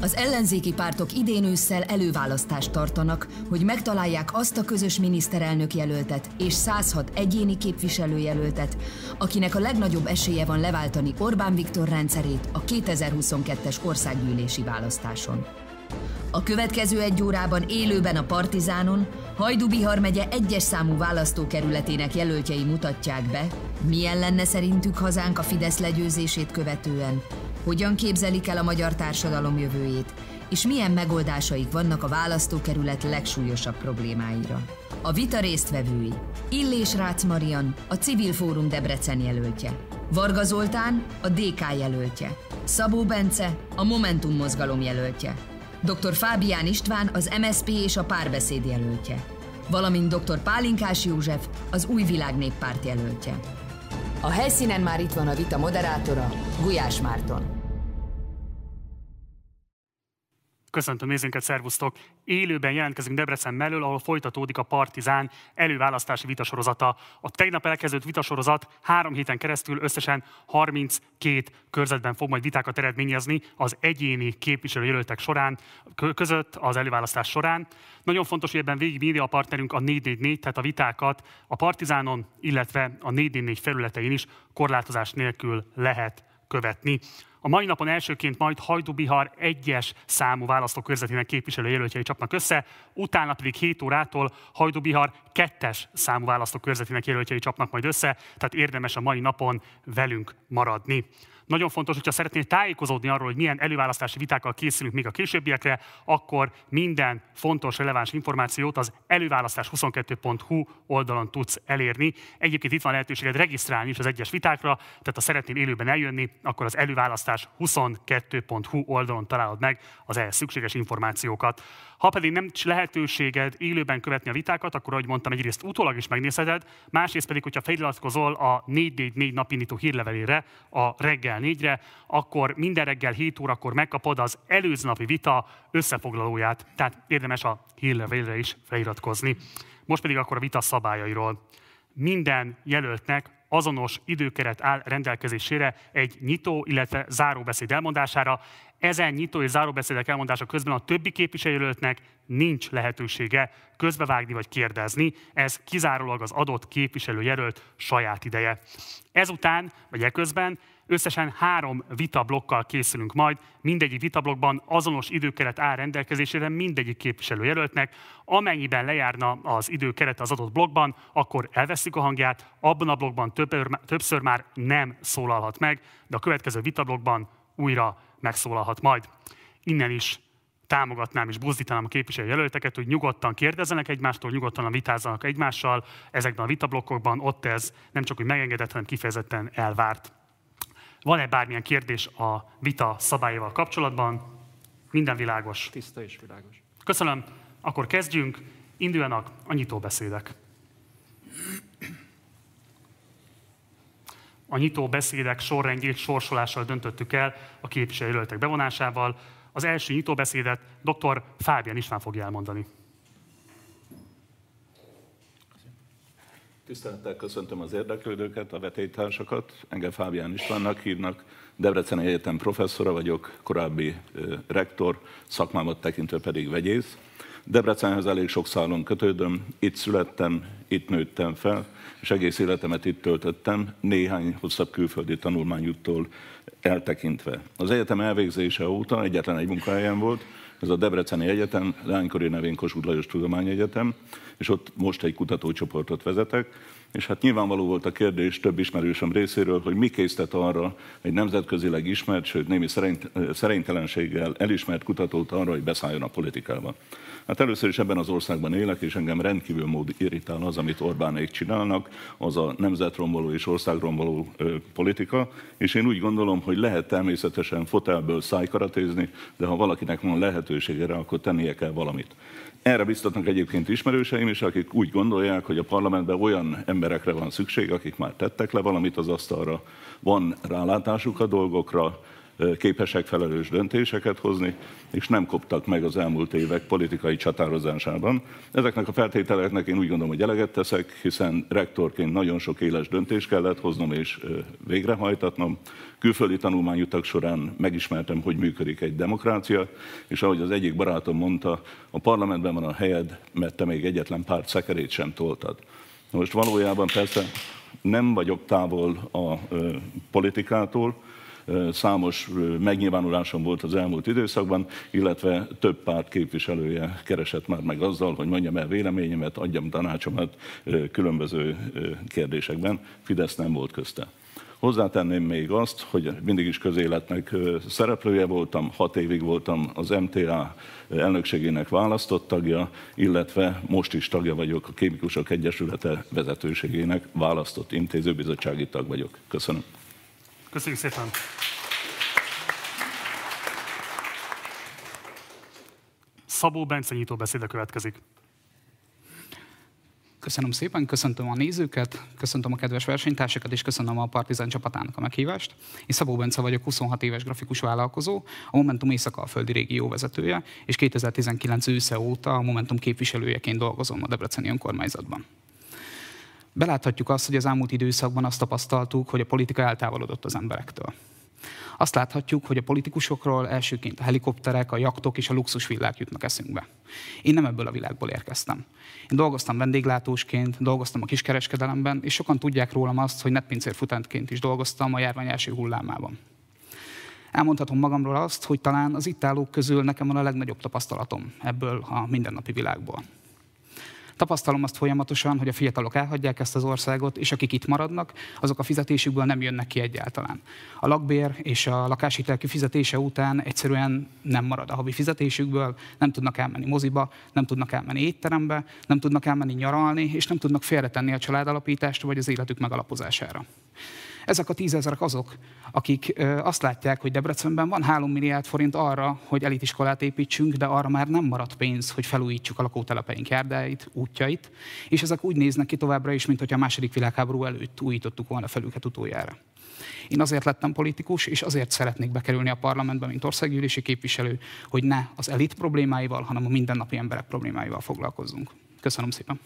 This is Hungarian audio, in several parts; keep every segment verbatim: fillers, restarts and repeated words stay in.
Az ellenzéki pártok idén ősszel előválasztást tartanak, hogy megtalálják azt a közös miniszterelnök jelöltet és száz hat egyéni képviselőjelöltet, akinek a legnagyobb esélye van leváltani Orbán Viktor rendszerét a kétezer-huszonkettes országgyűlési választáson. A következő egy órában élőben a Partizánon Hajdú-Bihar megye egyes számú választókerületének jelöltjei mutatják be, milyen lenne szerintük hazánk a Fidesz legyőzését követően, hogyan képzelik el a magyar társadalom jövőjét, és milyen megoldásaik vannak a választókerület legsúlyosabb problémáira. A vita résztvevői: Illés Rácz Marian, a Civil Fórum Debrecen jelöltje, Varga Zoltán, a dé ká jelöltje, Szabó Bence, a Momentum mozgalom jelöltje, doktor Fábián István, az em es zé pé és a Párbeszéd jelöltje, valamint doktor Pálinkás József, az Új Világ Néppárt jelöltje. A helyszínen már itt van a vita moderátora, Gulyás Márton. Köszöntöm nézőinket, szervusztok! Élőben jelentkezünk Debrecen mellől, ahol folytatódik a Partizán előválasztási vitasorozata. A tegnap elkezdődött vitasorozat három héten keresztül összesen harminckét körzetben fog majd vitákat eredményezni az egyéni képviselőjelöltek során, között az előválasztás során. Nagyon fontos, hogy ebben végig média partnerünk a négy négy négy, tehát a vitákat a Partizánon, illetve a négy négy négy felületein is korlátozás nélkül lehet követni. A mai napon elsőként majd Hajdú-Bihar egyes számú választókörzetének képviselőjelöltjei csapnak össze, utána pedig hét órától Hajdú-Bihar kettes számú választókörzetének jelöltjei csapnak majd össze, tehát érdemes a mai napon velünk maradni. Nagyon fontos, hogyha szeretnél tájékozódni arról, hogy milyen előválasztási vitákkal készülünk még a későbbiekre, akkor minden fontos, releváns információt az előválasztás huszonkettő pont hu oldalon tudsz elérni. Egyébként itt van lehetőséged regisztrálni is az egyes vitákra, tehát ha szeretnél élőben eljönni, akkor az előválasztás huszonkettő pont hu oldalon találod meg az ehhez szükséges információkat. Ha pedig nem lehetőséged élőben követni a vitákat, akkor, ahogy mondtam, egyrészt utólag is megnézheted, másrészt pedig, hogyha feliratkozol a négy négy négy napindító hírlevelére, a reggel négyre, akkor minden reggel hét órakor megkapod az előző napi vita összefoglalóját, tehát érdemes a hírlevélre is feliratkozni. Most pedig akkor a vita szabályairól. Minden jelöltnek azonos időkeret áll rendelkezésére egy nyitó, illetve záróbeszéd elmondására. Ezen nyitó és záróbeszédek elmondása közben a többi képviselőjelöltnek nincs lehetősége közbevágni vagy kérdezni, ez kizárólag az adott képviselőjelölt saját ideje. Ezután, vagy eközben összesen három vitablokkal készülünk majd, mindegyik vitablokkban azonos időkeret áll rendelkezésére mindegyik képviselőjelöltnek. Amennyiben lejárna az időkeret az adott blokkban, akkor elveszük a hangját, abban a blokkban többször már nem szólalhat meg, de a következő vitablokkban újra megszólalhat majd. Innen is támogatnám és buzdítanám a képviselőjelölteket, hogy nyugodtan kérdezzenek egymástól, nyugodtan vitázzanak egymással ezekben a vitablokkokban, ott ez nem csak hogy megengedett, hanem kifejezetten elvárt. Van-e bármilyen kérdés a vita szabályával kapcsolatban? Minden világos? Tiszta és világos. Köszönöm. Akkor kezdjünk. Induljanak a nyitóbeszédek. A nyitóbeszédek sorrendjét sorsolással döntöttük el a képviselőjelöltek bevonásával. Az első nyitóbeszédet doktor Fábián István fogja elmondani. Tisztelettel köszöntöm az érdeklődőket, a vetélytársakat. Engem Fábián Istvánnak hívnak, Debreceni Egyetem professzora vagyok, korábbi rektor, szakmámat tekintve pedig vegyész. Debrecenhez elég sok szálon kötődöm, itt születtem, itt nőttem fel, és egész életemet itt töltöttem, néhány hosszabb külföldi tanulmányúttól eltekintve. Az egyetem elvégzése óta egyetlen egy munkahelyem volt, ez a Debreceni Egyetem, leánykori nevén Kossuth Lajos Tudományegyetem, és ott most egy kutatócsoportot vezetek, és hát nyilvánvaló volt a kérdés több ismerősöm részéről, hogy mi késztet arra egy nemzetközileg ismert, sőt némi szerényt, szerénytelenséggel elismert kutatót arra, hogy beszálljon a politikába. Hát először is ebben az országban élek, és engem rendkívül mód irritál az, amit Orbánék csinálnak, az a nemzetromboló és országromboló ö, politika, és én úgy gondolom, hogy lehet természetesen fotelből szájkaratézni, de ha valakinek van lehetősége rá, akkor tennie kell valamit. Erre biztatnak egyébként ismerőseim is, akik úgy gondolják, hogy a parlamentben olyan emberekre van szükség, akik már tettek le valamit az asztalra, van rálátásuk a dolgokra, képesek felelős döntéseket hozni, és nem koptak meg az elmúlt évek politikai csatározásában. Ezeknek a feltételeknek én úgy gondolom, hogy eleget teszek, hiszen rektorként nagyon sok éles döntést kellett hoznom és végrehajtatnom. Külföldi tanulmányutak során megismertem, hogy működik egy demokrácia, és ahogy az egyik barátom mondta, a parlamentben van a helyed, mert te még egyetlen párt szekerét sem toltad. Most valójában persze nem vagyok távol a politikától, számos megnyilvánulásom volt az elmúlt időszakban, illetve több párt képviselője keresett már meg azzal, hogy mondjam el véleményemet, adjam tanácsomat különböző kérdésekben. Fidesz nem volt közte. Hozzátenném még azt, hogy mindig is közéletnek szereplője voltam, hat évig voltam az em té á elnökségének választott tagja, illetve most is tagja vagyok a Kémikusok Egyesülete vezetőségének, választott intézőbizottsági tag vagyok. Köszönöm. Köszönjük szépen! Szabó Bence nyitó beszéde következik. Köszönöm szépen, köszöntöm a nézőket, köszöntöm a kedves versenytársakat, és köszönöm a Partizán csapatának a meghívást. Én Szabó Bence vagyok, huszonhat éves grafikus vállalkozó, a Momentum Észak-Alföldi régió vezetője, és kétezer-tizenkilenc ősze óta a Momentum képviselőjeként dolgozom a debreceni önkormányzatban. Beláthatjuk azt, hogy az elmúlt időszakban azt tapasztaltuk, hogy a politika eltávolodott az emberektől. Azt láthatjuk, hogy a politikusokról elsőként a helikopterek, a jachtok és a luxusvillák jutnak eszünkbe. Én nem ebből a világból érkeztem. Én dolgoztam vendéglátósként, dolgoztam a kiskereskedelemben, és sokan tudják rólam azt, hogy netpincérfutantként is dolgoztam a járvány első hullámában. Elmondhatom magamról azt, hogy talán az itt állók közül nekem van a legnagyobb tapasztalatom ebből a mindennapi világból. Tapasztalom azt folyamatosan, hogy a fiatalok elhagyják ezt az országot, és akik itt maradnak, azok a fizetésükből nem jönnek ki egyáltalán. A lakbér és a lakáshitel kifizetése után egyszerűen nem marad a havi fizetésükből, nem tudnak elmenni moziba, nem tudnak elmenni étterembe, nem tudnak elmenni nyaralni, és nem tudnak félretenni a családalapítást vagy az életük megalapozására. Ezek a tízezerek azok, akik azt látják, hogy Debrecenben van három milliárd forint arra, hogy elitiskolát építsünk, de arra már nem maradt pénz, hogy felújítsuk a lakótelepeink járdáit, útjait, és ezek úgy néznek ki továbbra is, mint hogy a második világháború előtt újítottuk volna fel őket utoljára. Én azért lettem politikus, és azért szeretnék bekerülni a parlamentbe, mint országgyűlési képviselő, hogy ne az elit problémáival, hanem a mindennapi emberek problémáival foglalkozzunk. Köszönöm szépen!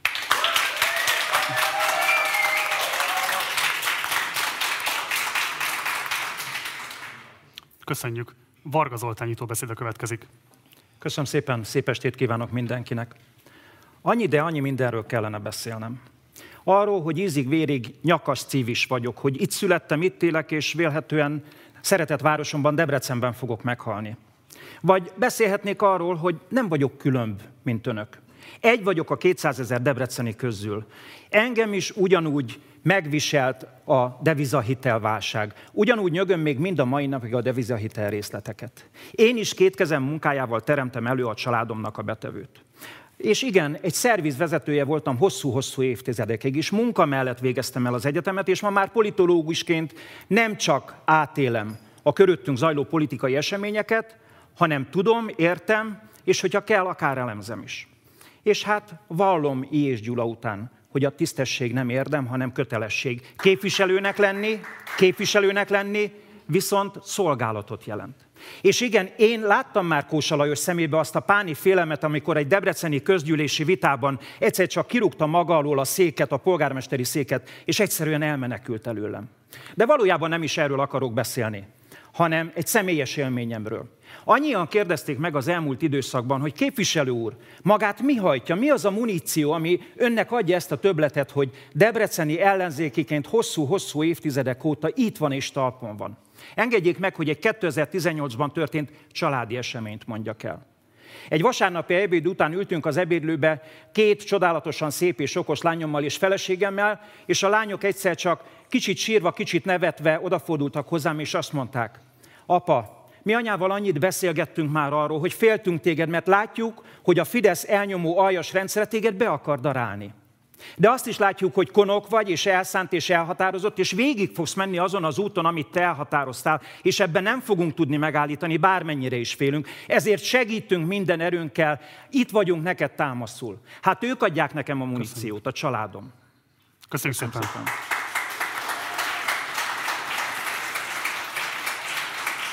Köszönjük. Varga Zoltán nyitó beszéde következik. Köszönöm szépen, szép estét kívánok mindenkinek. Annyi, de annyi mindenről kellene beszélnem. Arról, hogy ízig-vérig nyakas cívis vagyok, hogy itt születtem, itt élek, és vélhetően szeretett városomban, Debrecenben fogok meghalni. Vagy beszélhetnék arról, hogy nem vagyok különb, mint önök. Egy vagyok a kétszázezer debreceni közül. Engem is ugyanúgy megviselt a devizahitelválság. Ugyanúgy nyögöm még mind a mai napig a devizahitel részleteket. Én is két kezem munkájával teremtem elő a családomnak a betevőt. És igen, egy szerviz vezetője voltam hosszú-hosszú évtizedekig is, munka mellett végeztem el az egyetemet, és ma már politológusként nem csak átélem a körülöttünk zajló politikai eseményeket, hanem tudom, értem, és hogyha kell, akár elemzem is. És hát vallom I. és Gyula után, hogy a tisztesség nem érdem, hanem kötelesség. Képviselőnek lenni, képviselőnek lenni viszont szolgálatot jelent. És igen, én láttam már Kósa Lajos szemébe azt a páni félelmet, amikor egy debreceni közgyűlési vitában egyszer csak kirúgta maga alól a széket, a polgármesteri széket, és egyszerűen elmenekült előlem. De valójában nem is erről akarok beszélni, hanem egy személyes élményemről. Annyian kérdezték meg az elmúlt időszakban, hogy képviselő úr, magát mi hajtja, mi az a muníció, ami önnek adja ezt a többletet, hogy debreceni ellenzékiként hosszú-hosszú évtizedek óta itt van és talpon van. Engedjék meg, hogy egy kétezer-tizennyolcban történt családi eseményt mondjak el. Egy vasárnapi ebéd után ültünk az ebédlőbe két csodálatosan szép és okos lányommal és feleségemmel, és a lányok egyszer csak kicsit sírva, kicsit nevetve odafordultak hozzám, és azt mondták: apa, mi anyával annyit beszélgettünk már arról, hogy féltünk téged, mert látjuk, hogy a Fidesz elnyomó aljas rendszere téged be akar darálni. De azt is látjuk, hogy konok vagy, és elszánt, és elhatározott, és végig fogsz menni azon az úton, amit te elhatároztál, és ebben nem fogunk tudni megállítani, bármennyire is félünk. Ezért segítünk minden erőnkkel, itt vagyunk neked támaszul. Hát ők adják nekem a muníciót, a családom. Köszönjük, Köszönjük szépen. szépen.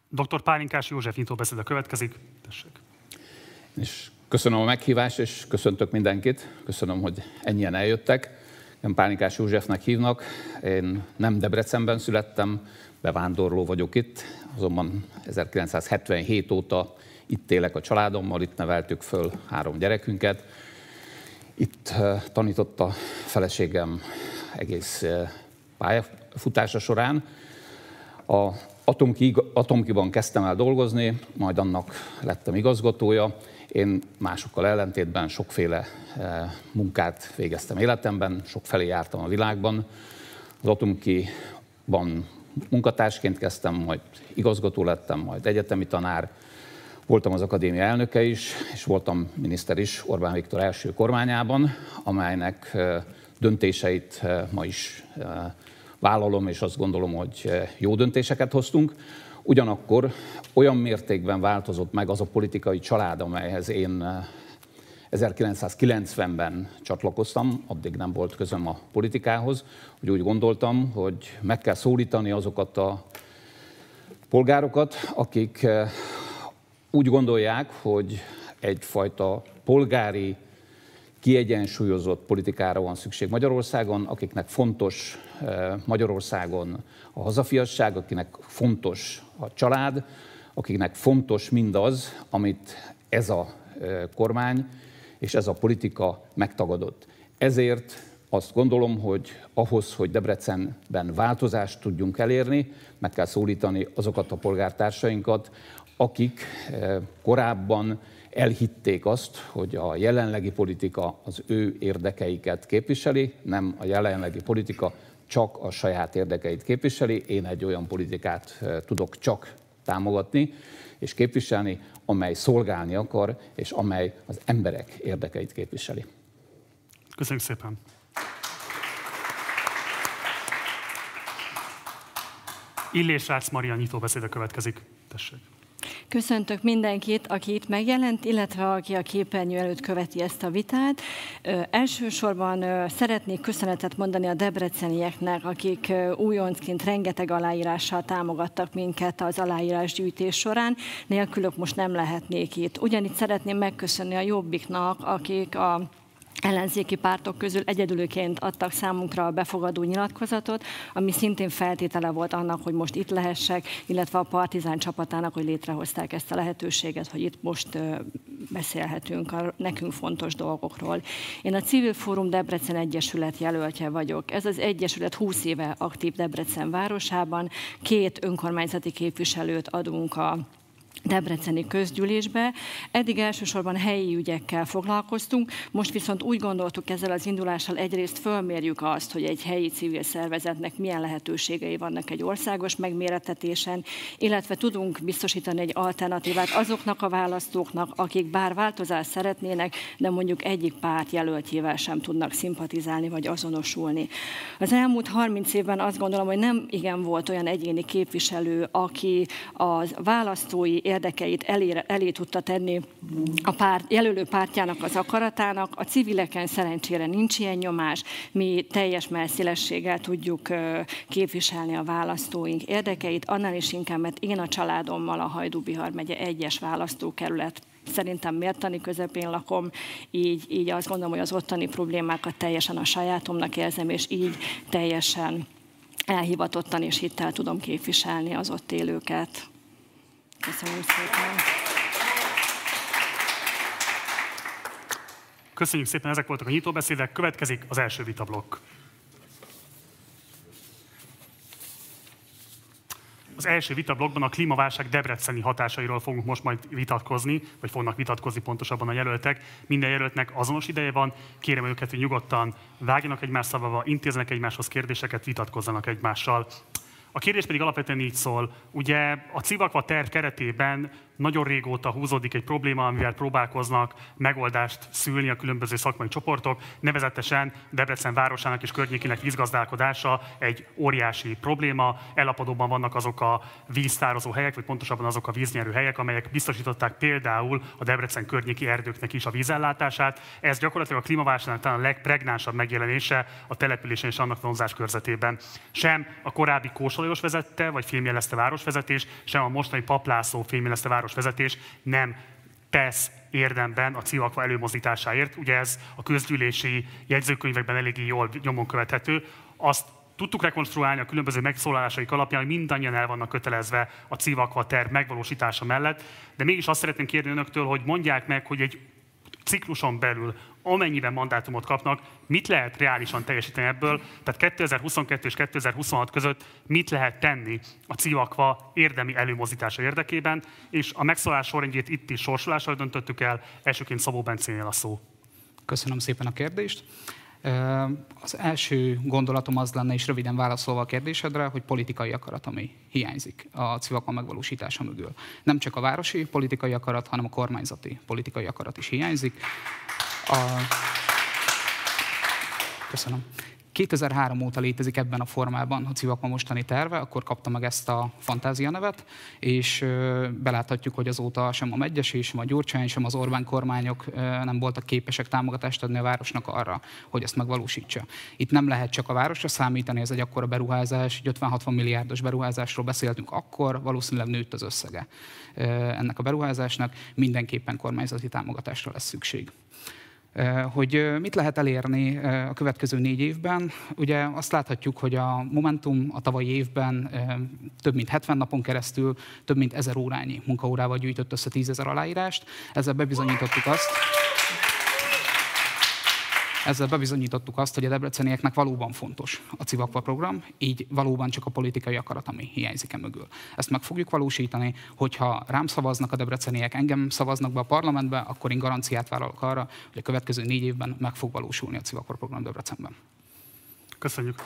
doktor Pálinkás József nyitóbeszéde következik. Tessék. És köszönöm a meghívást, és köszöntök mindenkit. Köszönöm, hogy ennyien eljöttek. Én Pálinkás Józsefnek hívnak. Én nem Debrecenben születtem, bevándorló vagyok itt, azonban ezerkilencszázhetvenhét óta itt élek a családommal, itt neveltük föl három gyerekünket. Itt tanított a feleségem egész pályafutása során. A Atomki, Atomkiban kezdtem el dolgozni, majd annak lettem igazgatója. Én másokkal ellentétben sokféle munkát végeztem életemben, sokfelé jártam a világban. Az Atomkiban munkatársként kezdtem, majd igazgató lettem, majd egyetemi tanár. Voltam az akadémia elnöke is, és voltam miniszter is Orbán Viktor első kormányában, amelynek döntéseit ma is vállalom, és azt gondolom, hogy jó döntéseket hoztunk. Ugyanakkor olyan mértékben változott meg az a politikai család, amelyhez én ezerkilencszázkilencvenben csatlakoztam, addig nem volt közöm a politikához, hogy úgy gondoltam, hogy meg kell szólítani azokat a polgárokat, akik úgy gondolják, hogy egyfajta polgári, kiegyensúlyozott politikára van szükség Magyarországon, akiknek fontos Magyarországon a hazafiasság, akinek fontos a család, akiknek fontos mindaz, amit ez a kormány és ez a politika megtagadott. Ezért azt gondolom, hogy ahhoz, hogy Debrecenben változást tudjunk elérni, meg kell szólítani azokat a polgártársainkat, akik korábban elhitték azt, hogy a jelenlegi politika az ő érdekeiket képviseli, nem a jelenlegi politika csak a saját érdekeit képviseli. Én egy olyan politikát tudok csak támogatni és képviselni, amely szolgálni akar, és amely az emberek érdekeit képviseli. Köszönjük szépen! Illés Rácz Maria nyitóbeszéde következik. Tessék! Köszöntök mindenkit, aki itt megjelent, illetve aki a képernyő előtt követi ezt a vitát. Ö, elsősorban ö, szeretnék köszönetet mondani a debrecenieknek, akik ö, újoncként rengeteg aláírással támogattak minket az aláírásgyűjtés során. Nélkülök most nem lehetnék itt. Ugyanígy szeretném megköszönni a Jobbiknak, akik a ellenzéki pártok közül egyedülőként adtak számunkra a befogadó nyilatkozatot, ami szintén feltétele volt annak, hogy most itt lehessek, illetve a Partizán csapatának, hogy létrehozták ezt a lehetőséget, hogy itt most beszélhetünk a nekünk fontos dolgokról. Én a Civil Fórum Debrecen Egyesület jelöltje vagyok. Ez az egyesület húsz éve aktív Debrecen városában. Két önkormányzati képviselőt adunk a debreceni közgyűlésbe. Eddig elsősorban helyi ügyekkel foglalkoztunk, most viszont úgy gondoltuk ezzel az indulással egyrészt fölmérjük azt, hogy egy helyi civil szervezetnek milyen lehetőségei vannak egy országos megmérettetésen, illetve tudunk biztosítani egy alternatívát azoknak a választóknak, akik bár változást szeretnének, de mondjuk egyik párt jelöltjével sem tudnak szimpatizálni vagy azonosulni. Az elmúlt harminc évben azt gondolom, hogy nem igen volt olyan egyéni képviselő, aki az választói érdekeit elé, elé tudta tenni a párt, jelölő pártjának az akaratának. A civileken szerencsére nincs ilyen nyomás, mi teljes mellszélességgel tudjuk képviselni a választóink érdekeit, annál is inkább, mert én a családommal a Hajdú-Bihar megye egyes választókerület szerintem mértani közepén lakom, így, így azt gondolom, hogy az ottani problémákat teljesen a sajátomnak érzem, és így teljesen elhivatottan és hittel tudom képviselni az ott élőket. Köszönöm szépen. Köszönjük szépen, ezek voltak a nyitóbeszédek. Következik az első vitablokk. Az első vitablokkban a klímaválság debreceni hatásairól fogunk most majd vitatkozni, vagy fognak vitatkozni pontosabban a jelöltek. Minden jelöltnek azonos ideje van, kérem őket, hogy nyugodtan vágjanak egymás szavába, intéznek egymáshoz kérdéseket, vitatkozzanak egymással. A kérdés pedig alapvetően így szól, ugye a Civakva terv keretében nagyon régóta húzódik egy probléma, amivel próbálkoznak megoldást szülni a különböző szakmai csoportok, nevezetesen Debrecen városának és környékének vízgazdálkodása egy óriási probléma. Elapadóban vannak azok a víztározó helyek, vagy pontosabban azok a víznyerő helyek, amelyek biztosították például a Debrecen környéki erdőknek is a vízellátását. Ez gyakorlatilag a klímaválságnak talán a legpregnánsabb megjelenése a településen és annak vonzás körzetében. Sem a korábbi Kósolajos vezette, vagy fémjelezte városvezetés, sem a mostani Paplászló fémjelezte városvezetés nem tesz érdemben a Civakva előmozdításáért. Ugye ez a közgyűlési jegyzőkönyvekben eléggé jól nyomon követhető. Azt tudtuk rekonstruálni a különböző megszólalásaik alapján, hogy mindannyian el vannak kötelezve a Civakva terv megvalósítása mellett, de mégis azt szeretném kérni önöktől, hogy mondják meg, hogy egy cikluson belül, amennyiben mandátumot kapnak, mit lehet reálisan teljesíteni ebből, tehát kétezer-huszonkettő és kétezer-huszonhat között mit lehet tenni a Civakva érdemi előmozdítása érdekében, és a megszólalás sorrendjét itt is sorsolással döntöttük el, elsőként Szabó Bencénél a szó. Köszönöm szépen a kérdést. Az első gondolatom az lenne, és röviden válaszolva a kérdésedre, hogy politikai akarat, ami hiányzik a Civakva megvalósítása mögül. Nem csak a városi politikai akarat, hanem a kormányzati politikai akarat is hiányzik. A... Köszönöm. kétezer-három óta létezik ebben a formában a Civakva mostani terve, akkor kapta meg ezt a fantázia nevet, és beláthatjuk, hogy azóta sem a Medgyessy, sem a Gyurcsány, sem az Orbán kormányok nem voltak képesek támogatást adni a városnak arra, hogy ezt megvalósítsa. Itt nem lehet csak a városra számítani, ez egy akkora beruházás, ötven-hatvan milliárdos beruházásról beszéltünk akkor, valószínűleg nőtt az összege ennek a beruházásnak, mindenképpen kormányzati támogatásra lesz szükség. Hogy mit lehet elérni a következő négy évben? Ugye azt láthatjuk, hogy a Momentum a tavalyi évben több mint hetven napon keresztül több mint ezer órányi munkaórával gyűjtött össze tízezer aláírást. Ezzel bebizonyítottuk azt, Ezzel bebizonyítottuk azt, hogy a debrecenieknek valóban fontos a Civakva program, így valóban csak a politikai akarat, ami hiányzik e mögül. Ezt meg fogjuk valósítani, hogyha rám szavaznak a debreceniek, engem szavaznak be a parlamentbe, akkor én garanciát vállalok arra, hogy a következő négy évben meg fog valósulni a Civakva program Debrecenben. Köszönjük.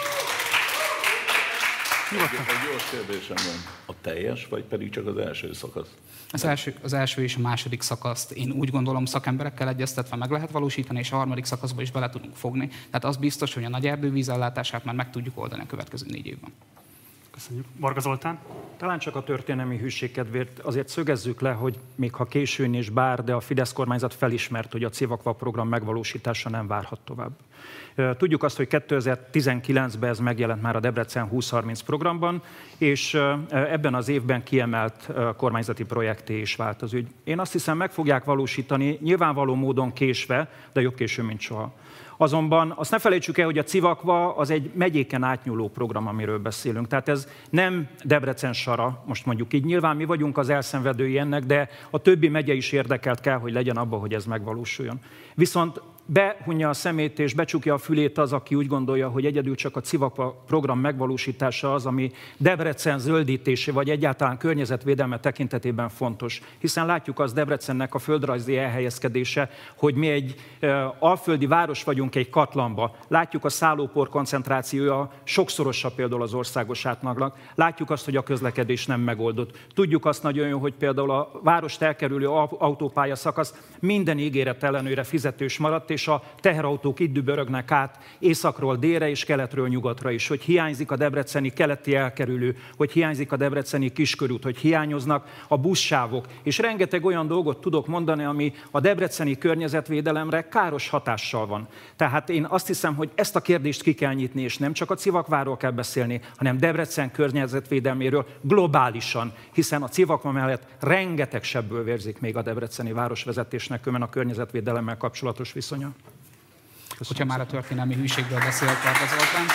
Egy gyors kérdésem van. A teljes, vagy pedig csak az első szakasz? Az első, az első és a második szakaszt én úgy gondolom szakemberekkel egyeztetve meg lehet valósítani, és a harmadik szakaszba is bele tudunk fogni. Tehát az biztos, hogy a nagy erdővíz ellátását már meg tudjuk oldani a következő négy évben. Köszönjük. Varga Zoltán? Talán csak a történelmi hűség kedvéért azért szögezzük le, hogy még ha későn is bár, de a Fidesz kormányzat felismert, hogy a Civakva program megvalósítása nem várhat tovább. Tudjuk azt, hogy kétezer-tizenkilencben ez megjelent már a Debrecen húsz harminc programban, és ebben az évben kiemelt kormányzati projekté is vált az ügy. Én azt hiszem, meg fogják valósítani, nyilvánvaló módon késve, de jobb későn, mint soha. Azonban azt ne felejtsük el, hogy a Civakva az egy megyéken átnyúló program, amiről beszélünk. Tehát ez nem Debrecen sara, most mondjuk így. Nyilván mi vagyunk az elszenvedői ennek, de a többi megye is érdekelt kell, hogy legyen abban, hogy ez megvalósuljon. Viszont behunja a szemét és becsukja a fülét az, aki úgy gondolja, hogy egyedül csak a Civakva program megvalósítása az, ami Debrecen zöldítése vagy egyáltalán környezetvédelme tekintetében fontos. Hiszen látjuk az Debrecennek a földrajzi elhelyezkedése, hogy mi egy e, alföldi város vagyunk egy katlanba. Látjuk a szállópor koncentrációja sokszorosabb például az országos átlagnak. Látjuk azt, hogy a közlekedés nem megoldott. Tudjuk azt nagyon jó, hogy például a várost elkerülő autópálya szakasz minden ígéret ellenőre fizetős maradt, és a teherautók itt dübörögnek át északról délre és keletről nyugatra is, hogy hiányzik a debreceni keleti elkerülő, hogy hiányzik a debreceni kiskörút, hogy hiányoznak a buszsávok, és rengeteg olyan dolgot tudok mondani, ami a debreceni környezetvédelemre káros hatással van. Tehát én azt hiszem, hogy ezt a kérdést ki kell nyitni, és nem csak a Civakváról kell beszélni, hanem Debrecen környezetvédelméről globálisan, hiszen a Civakva mellett rengeteg sebből vérzik még a debreceni városvezetésnek kömen a környezetvédelemmel kapcsolatos viszonya. Köszönöm. Hogyha már a történelmi hűségből beszélt Varga Zoltán,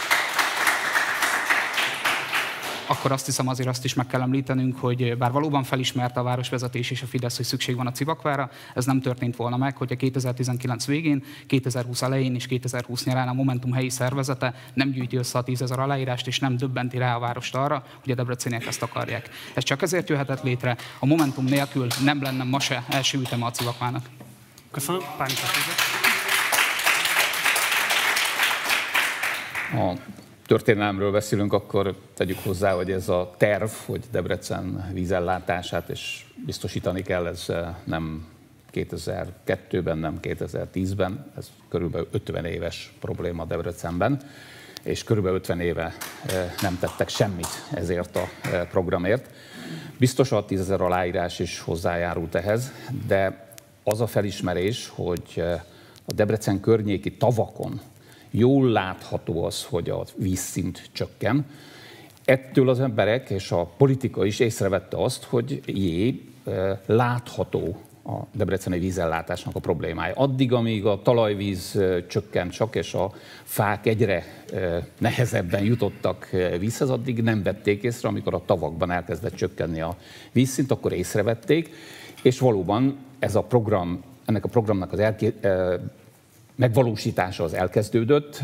akkor azt hiszem azért azt is meg kell említenünk, hogy bár valóban felismerte a városvezetés és a Fidesz, hogy szükség van a Civakvára, ez nem történt volna meg, hogy a kétezer-tizenkilenc végén, kétezer-húsz elején és kétezer-húsz nyarán a Momentum helyi szervezete nem gyűjti össze a tízezer aláírást, és nem döbbenti rá a várost arra, hogy a debreceniek ezt akarják. Ez csak ezért jöhetett létre, a Momentum nélkül nem lenne ma se első üteme a Civakvának. Köszönöm. A történelemről beszélünk, akkor tegyük hozzá, hogy ez a terv, hogy Debrecen vízellátását és biztosítani kell, ez nem kétezer-kettőben, nem kétezer-tízben, ez körülbelül ötven éves probléma Debrecenben, és körülbelül ötven éve nem tettek semmit ezért a programért. Biztos a tízezer aláírás is hozzájárult ehhez, de az a felismerés, hogy a Debrecen környéki tavakon jól látható az, hogy a vízszint csökken. Ettől az emberek és a politika is észrevette azt, hogy jé, látható a debreceni vízellátásnak a problémája. Addig, amíg a talajvíz csökkent csak, és a fák egyre nehezebben jutottak vízhez, addig nem vették észre, amikor a tavakban elkezdett csökkenni a vízszint, akkor észrevették, és valóban ez a program, ennek a programnak az elké, megvalósítása az elkezdődött.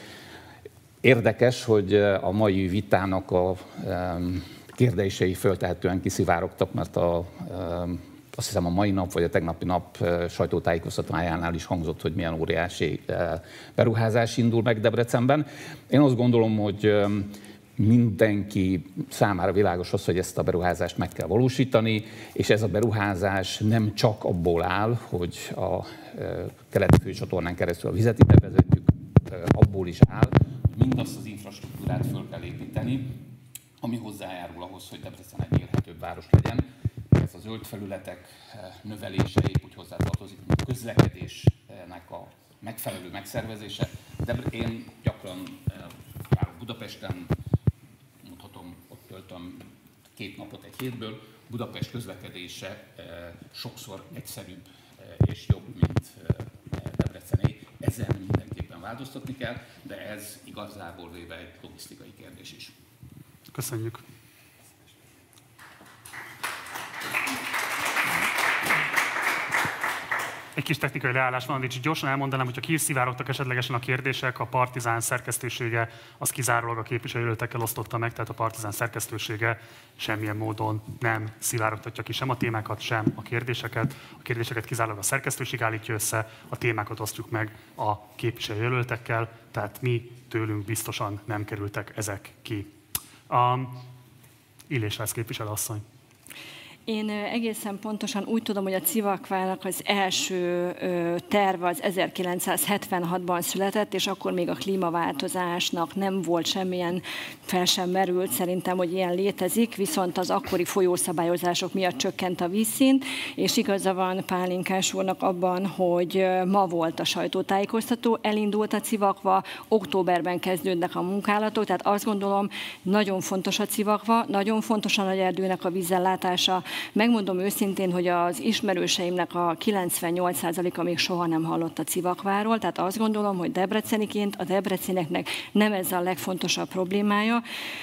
Érdekes, hogy a mai vitának a kérdései föltehetően kiszivárogtak, mert a, azt hiszem a mai nap vagy a tegnapi nap sajtótájékoztatójánál is hangzott, hogy milyen óriási beruházás indul meg Debrecenben. Én azt gondolom, hogy mindenki számára világos az, hogy ezt a beruházást meg kell valósítani, és ez a beruházás nem csak abból áll, hogy a keleti főcsatornán keresztül a vizet ide vezetjük, abból is áll, mindazt az infrastruktúrát föl kell építeni, ami hozzájárul ahhoz, hogy Debrecen egy élhetőbb város legyen. Ez a zöld felületek növelése épp úgy hozzátartozik, mint a közlekedésnek a megfelelő megszervezése. De én gyakran járok Budapesten, mondhatom, ott töltöm két napot egy hétből. Budapest közlekedése sokszor egyszerűbb és jobb, mint Debrecené. Ezen mindenképpen változtatni kell, de ez igazából véve egy logisztikai kérdés is. Köszönjük. Egy kis technikai leállás van, így gyorsan elmondanám, hogyha kiszivárogtak esetlegesen a kérdések, a Partizán szerkesztősége az kizárólag a képviselőjelöltekkel osztotta meg, tehát a Partizán szerkesztősége semmilyen módon nem szivárogtatja ki sem a témákat, sem a kérdéseket. A kérdéseket kizárólag a szerkesztőség állítja össze, a témákat osztjuk meg a képviselőjelöltekkel, tehát mi tőlünk biztosan nem kerültek ezek ki. Um, Illés László képviselőasszony. Én egészen pontosan úgy tudom, hogy a Civakvának az első terve az ezerkilencszázhetvenhatban született, és akkor még a klímaváltozásnak nem volt semmilyen, fel sem merült szerintem, hogy ilyen létezik, viszont az akkori folyószabályozások miatt csökkent a vízszint, és igaza van Pálinkás úrnak abban, hogy ma volt a sajtótájékoztató, elindult a Civakva, októberben kezdődnek a munkálatok, tehát azt gondolom, nagyon fontos a Civakva, nagyon fontos a Nagyerdőnek a vízellátása. Megmondom őszintén, hogy az ismerőseimnek a kilencvennyolc százaléka még soha nem hallott a Civakváról, tehát azt gondolom, hogy debreceniként a debreceneknek nem ez a legfontosabb problémája,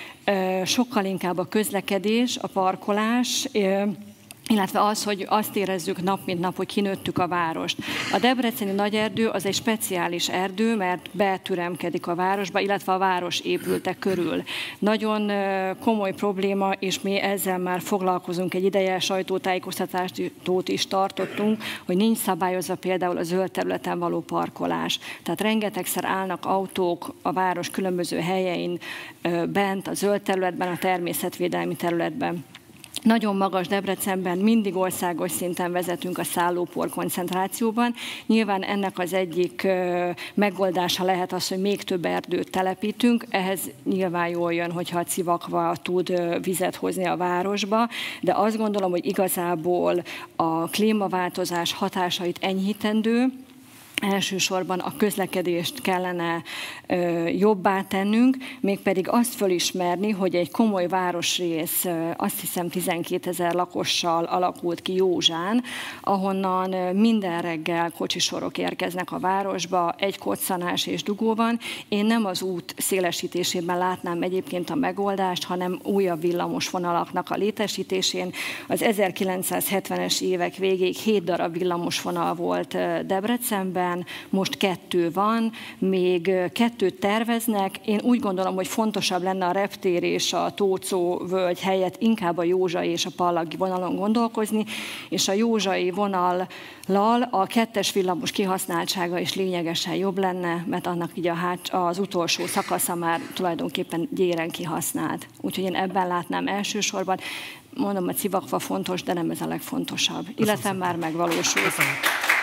sokkal inkább a közlekedés, a parkolás, illetve az, hogy azt érezzük nap mint nap, hogy kinőttük a várost. A debreceni Nagyerdő az egy speciális erdő, mert betüremkedik a városba, illetve a város épültek körül. Nagyon komoly probléma, és mi ezzel már foglalkozunk egy ideje, sajtótájékoztatást is tartottunk, hogy nincs szabályozva például a zöld területen való parkolás. Tehát rengetegszer állnak autók a város különböző helyein bent, a zöld területben, a természetvédelmi területben. Nagyon magas Debrecenben, mindig országos szinten vezetünk a szállópor koncentrációban. Nyilván ennek az egyik megoldása lehet az, hogy még több erdőt telepítünk. Ehhez nyilván jól jön, hogyha a Civakva tud vizet hozni a városba, de azt gondolom, hogy igazából a klímaváltozás hatásait enyhítendő, elsősorban a közlekedést kellene ö, jobbá tennünk, mégpedig azt fölismerni, hogy egy komoly városrész, ö, azt hiszem tizenkétezer lakossal alakult ki Józsán, ahonnan ö, minden reggel kocsisorok érkeznek a városba, egy koccanás és dugó van. Én nem az út szélesítésében látnám egyébként a megoldást, hanem újabb villamosvonalaknak a létesítésén. Az ezerkilencszázhetvenes évek végéig hét darab villamosvonal volt ö, Debrecenben, Debrecenben most kettő van, még kettőt terveznek. Én úgy gondolom, hogy fontosabb lenne a reptér és a Tóczó völgy helyett inkább a Józsai és a Pallagi vonalon gondolkozni, és a Józsai vonallal a kettes villamos kihasználtsága is lényegesen jobb lenne, mert annak így a hát, az utolsó szakasza már tulajdonképpen gyéren kihasznált. Úgyhogy én ebben látnám elsősorban. Mondom, a Civakva fontos, de nem ez a legfontosabb. Köszönöm illetve szépen. Már megvalósult. Köszönöm.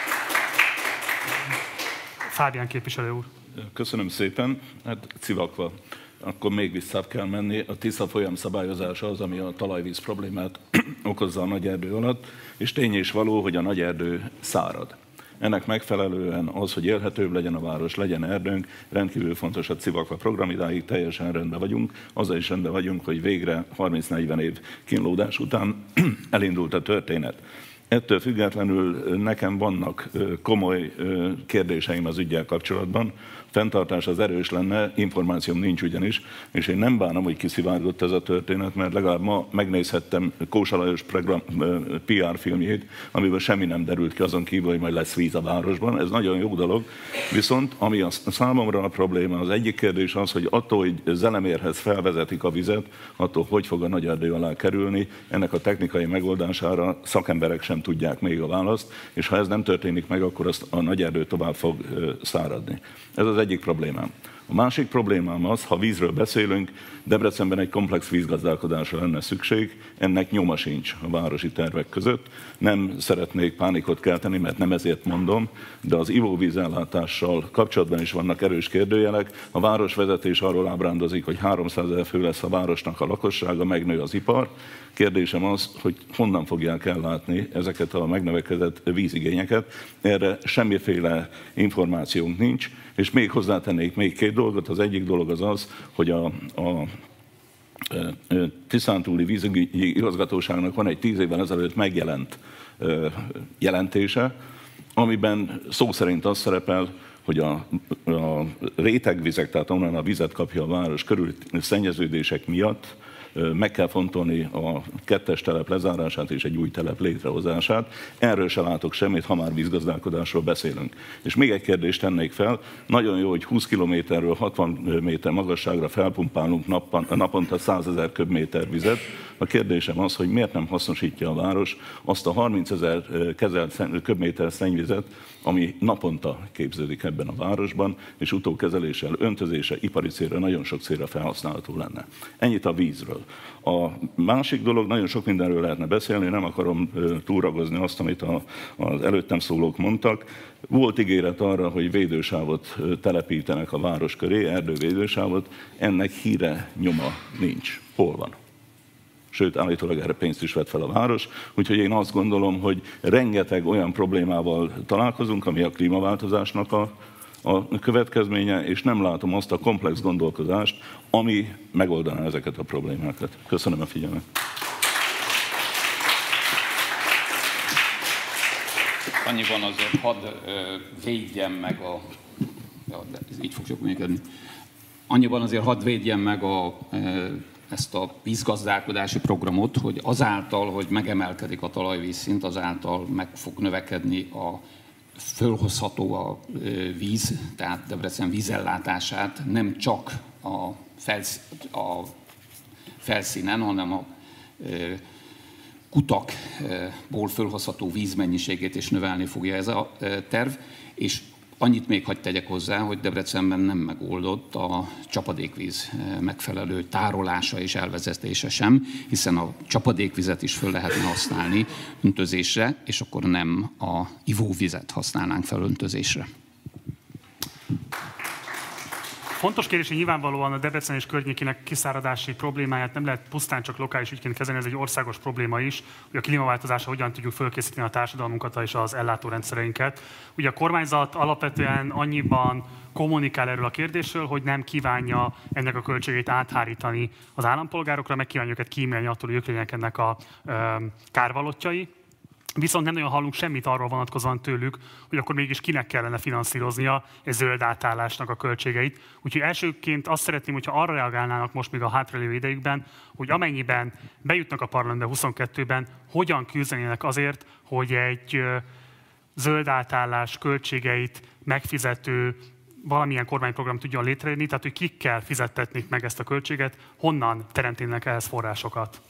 Fábián képviselő úr. Köszönöm szépen. Hát Civakva. Akkor még vissza kell menni. A Tisza folyam szabályozása az, ami a talajvíz problémát okozza a nagyerdő alatt, és tény és való, hogy a nagyerdő szárad. Ennek megfelelően az, hogy élhetőbb legyen a város, legyen erdőnk, rendkívül fontos a Civakva program, idáig teljesen rendben vagyunk. Azzal is rendben vagyunk, hogy végre harminc-negyven év kínlódás után elindult a történet. Ettől függetlenül nekem vannak komoly kérdéseim az üggyel kapcsolatban. A fenntartás az erős lenne, információm nincs ugyanis, és én nem bánom, hogy kiszivárgott ez a történet, mert legalább ma megnézhettem Kósa Lajos program, pé er filmjét, amiből semmi nem derült ki azon kívül, hogy majd lesz víz a városban. Ez nagyon jó dolog. Viszont ami a számomra a probléma, az egyik kérdés az, hogy attól, hogy Zelemérhez felvezetik a vizet, attól hogy fog a nagyerdő alá kerülni, ennek a technikai megoldására szakemberek sem tudják még a választ, és ha ez nem történik meg, akkor azt a nagyerdő tovább fog száradni. Ez az egyik problémám. A másik problémám az, ha vízről beszélünk, Debrecenben egy komplex vízgazdálkodásra lenne szükség, ennek nyoma sincs a városi tervek között. Nem szeretnék pánikot kelteni, mert nem ezért mondom, de az ivóvízellátással kapcsolatban is vannak erős kérdőjelek. A városvezetés arról ábrándozik, hogy háromszázezer fő lesz a városnak a lakossága, megnő az ipar. Kérdésem az, hogy honnan fogják ellátni ezeket a megnövekedett vízigényeket. Erre semmiféle információnk nincs, és még hozzátennék még két dolgot. Az egyik dolog az az, hogy a, a Tiszántúli vízügyi igazgatóságnak van egy tíz évvel ezelőtt megjelent jelentése, amiben szó szerint az szerepel, hogy a, a rétegvizek, tehát onnan a vizet kapja a város körül szennyeződések miatt meg kell fontolni a kettes telep lezárását és egy új telep létrehozását. Erről se látok semmit, ha már vízgazdálkodásról beszélünk. És még egy kérdést tennék fel. Nagyon jó, hogy húsz kilométerről hatvan méter magasságra felpumpálunk napon, naponta százezer köbméter vizet. A kérdésem az, hogy miért nem hasznosítja a város azt a harmincezer kezelt köbméter szennyvizet, ami naponta képződik ebben a városban, és utókezeléssel, öntözése, ipari célra, nagyon sok célra felhasználható lenne. Ennyit a vízről. A másik dolog, nagyon sok mindenről lehetne beszélni, nem akarom túragozni azt, amit a, az előttem szólók mondtak. Volt ígéret arra, hogy védősávot telepítenek a város köré, erdővédősávot, ennek híre, nyoma nincs. Hol van? Sőt, állítólag erre pénzt is vett fel a város, úgyhogy én azt gondolom, hogy rengeteg olyan problémával találkozunk, ami a klímaváltozásnak a, a következménye, és nem látom azt a komplex gondolkodást, ami megoldaná ezeket a problémákat. Köszönöm a figyelmet. Annyiban azért hadd védjem meg a... Ja, de ez így fog csak működni. Annyiban azért hadd védjem meg a... ezt a vízgazdálkodási programot, hogy azáltal, hogy megemelkedik a talajvízszint, azáltal meg fog növekedni a fölhozható a víz, tehát Debrecen vízellátását nem csak a, felsz, a felszínen, hanem a kutakból fölhozható vízmennyiségét is növelni fogja ez a terv, és annyit még hadd tegyek hozzá, hogy Debrecenben nem megoldott a csapadékvíz megfelelő tárolása és elvezetése sem, hiszen a csapadékvizet is föl lehetne használni öntözésre, és akkor nem a ivóvizet használnánk fel öntözésre. Fontos kérdés, hogy nyilvánvalóan a Debrecen és környékének kiszáradási problémáját nem lehet pusztán csak lokális ügyként kezelni, ez egy országos probléma is, hogy a klímaváltozásra hogyan tudjuk fölkészíteni a társadalmunkat és az ellátórendszereinket. Ugye a kormányzat alapvetően annyiban kommunikál erről a kérdésről, hogy nem kívánja ennek a költségét áthárítani az állampolgárokra, meg kívánja őket kímélni attól, hogy ők legyenek ennek a ö, kárvallottjai. Viszont nem nagyon hallunk semmit arról vonatkozóan tőlük, hogy akkor mégis kinek kellene finanszíroznia egy zöld átállásnak a költségeit. Úgyhogy elsőként azt szeretném, hogyha arra reagálnának most még a hátralévő idejükben, hogy amennyiben bejutnak a parlamentbe huszonkettőben, hogyan küzdenének azért, hogy egy zöld átállás költségeit megfizető valamilyen kormányprogram tudjon létrejönni, tehát hogy kikkel fizettetnék meg ezt a költséget, honnan teremtenének ehhez forrásokat?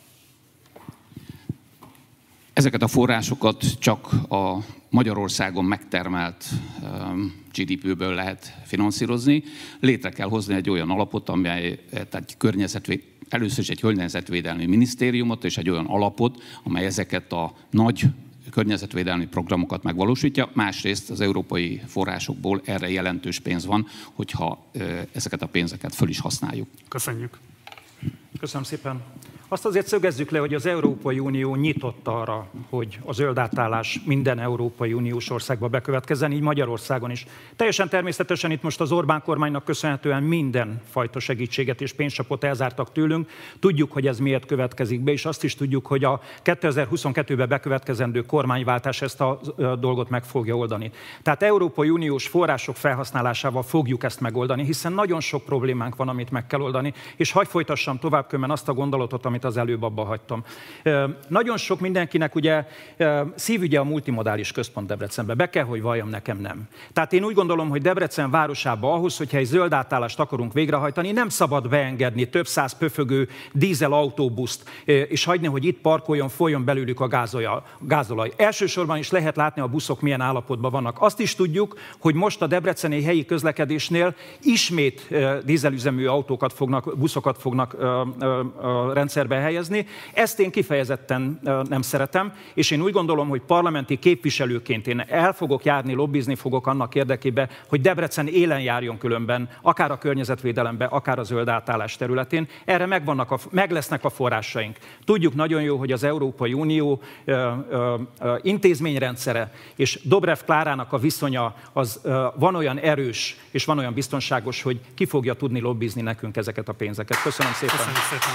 Ezeket a forrásokat csak a Magyarországon megtermelt gé dé pé-ből lehet finanszírozni. Létre kell hozni egy olyan alapot, amely tehát környezetvéd, először is egy környezetvédelmi minisztériumot és egy olyan alapot, amely ezeket a nagy környezetvédelmi programokat megvalósítja. Másrészt az európai forrásokból erre jelentős pénz van, hogyha ezeket a pénzeket föl is használjuk. Köszönjük. Köszönöm szépen. Azt azért szögezzük le, hogy az Európai Unió nyitott arra, hogy a zöld átállás minden Európai Uniós országba bekövetkezzen, így Magyarországon is. Teljesen természetesen itt most az Orbán kormánynak köszönhetően minden fajta segítséget és pénzcsapot elzártak tőlünk. Tudjuk, hogy ez miért következik be, és azt is tudjuk, hogy a kétezer-huszonkettőben bekövetkezendő kormányváltás ezt a dolgot meg fogja oldani. Tehát Európai Uniós források felhasználásával fogjuk ezt megoldani, hiszen nagyon sok problémánk van, amit meg kell oldani, és hadd folytassam tovább különben azt a gondolatot, amit az előbb abba hagytam. Nagyon sok mindenkinek ugye szívügye a multimodális központ Debrecenbe. Be kell, hogy valljam, nekem nem. Tehát én úgy gondolom, hogy Debrecen városába ahhoz, hogyha egy zöld átállást akarunk végrehajtani, nem szabad beengedni több száz pöfögő dízel autóbuszt, és hagyni, hogy itt parkoljon, folyjon belőlük a gázolaj. Elsősorban is lehet látni, a buszok milyen állapotban vannak. Azt is tudjuk, hogy most a debreceni helyi közlekedésnél ismét dízelüzemű autókat fognak, buszokat fognak rendszerbe helyezni. Ezt én kifejezetten nem szeretem, és én úgy gondolom, hogy parlamenti képviselőként én el fogok járni, lobbizni fogok annak érdekében, hogy Debrecen élen járjon különben, akár a környezetvédelemben, akár a zöld átállás területén. Erre megvannak a, meg lesznek a forrásaink. Tudjuk nagyon jó, hogy az Európai Unió ö, ö, ö, intézményrendszere és Dobrev Klárának a viszonya az ö, van olyan erős és van olyan biztonságos, hogy ki fogja tudni lobbizni nekünk ezeket a pénzeket. Köszönöm szépen. Köszönjük szépen.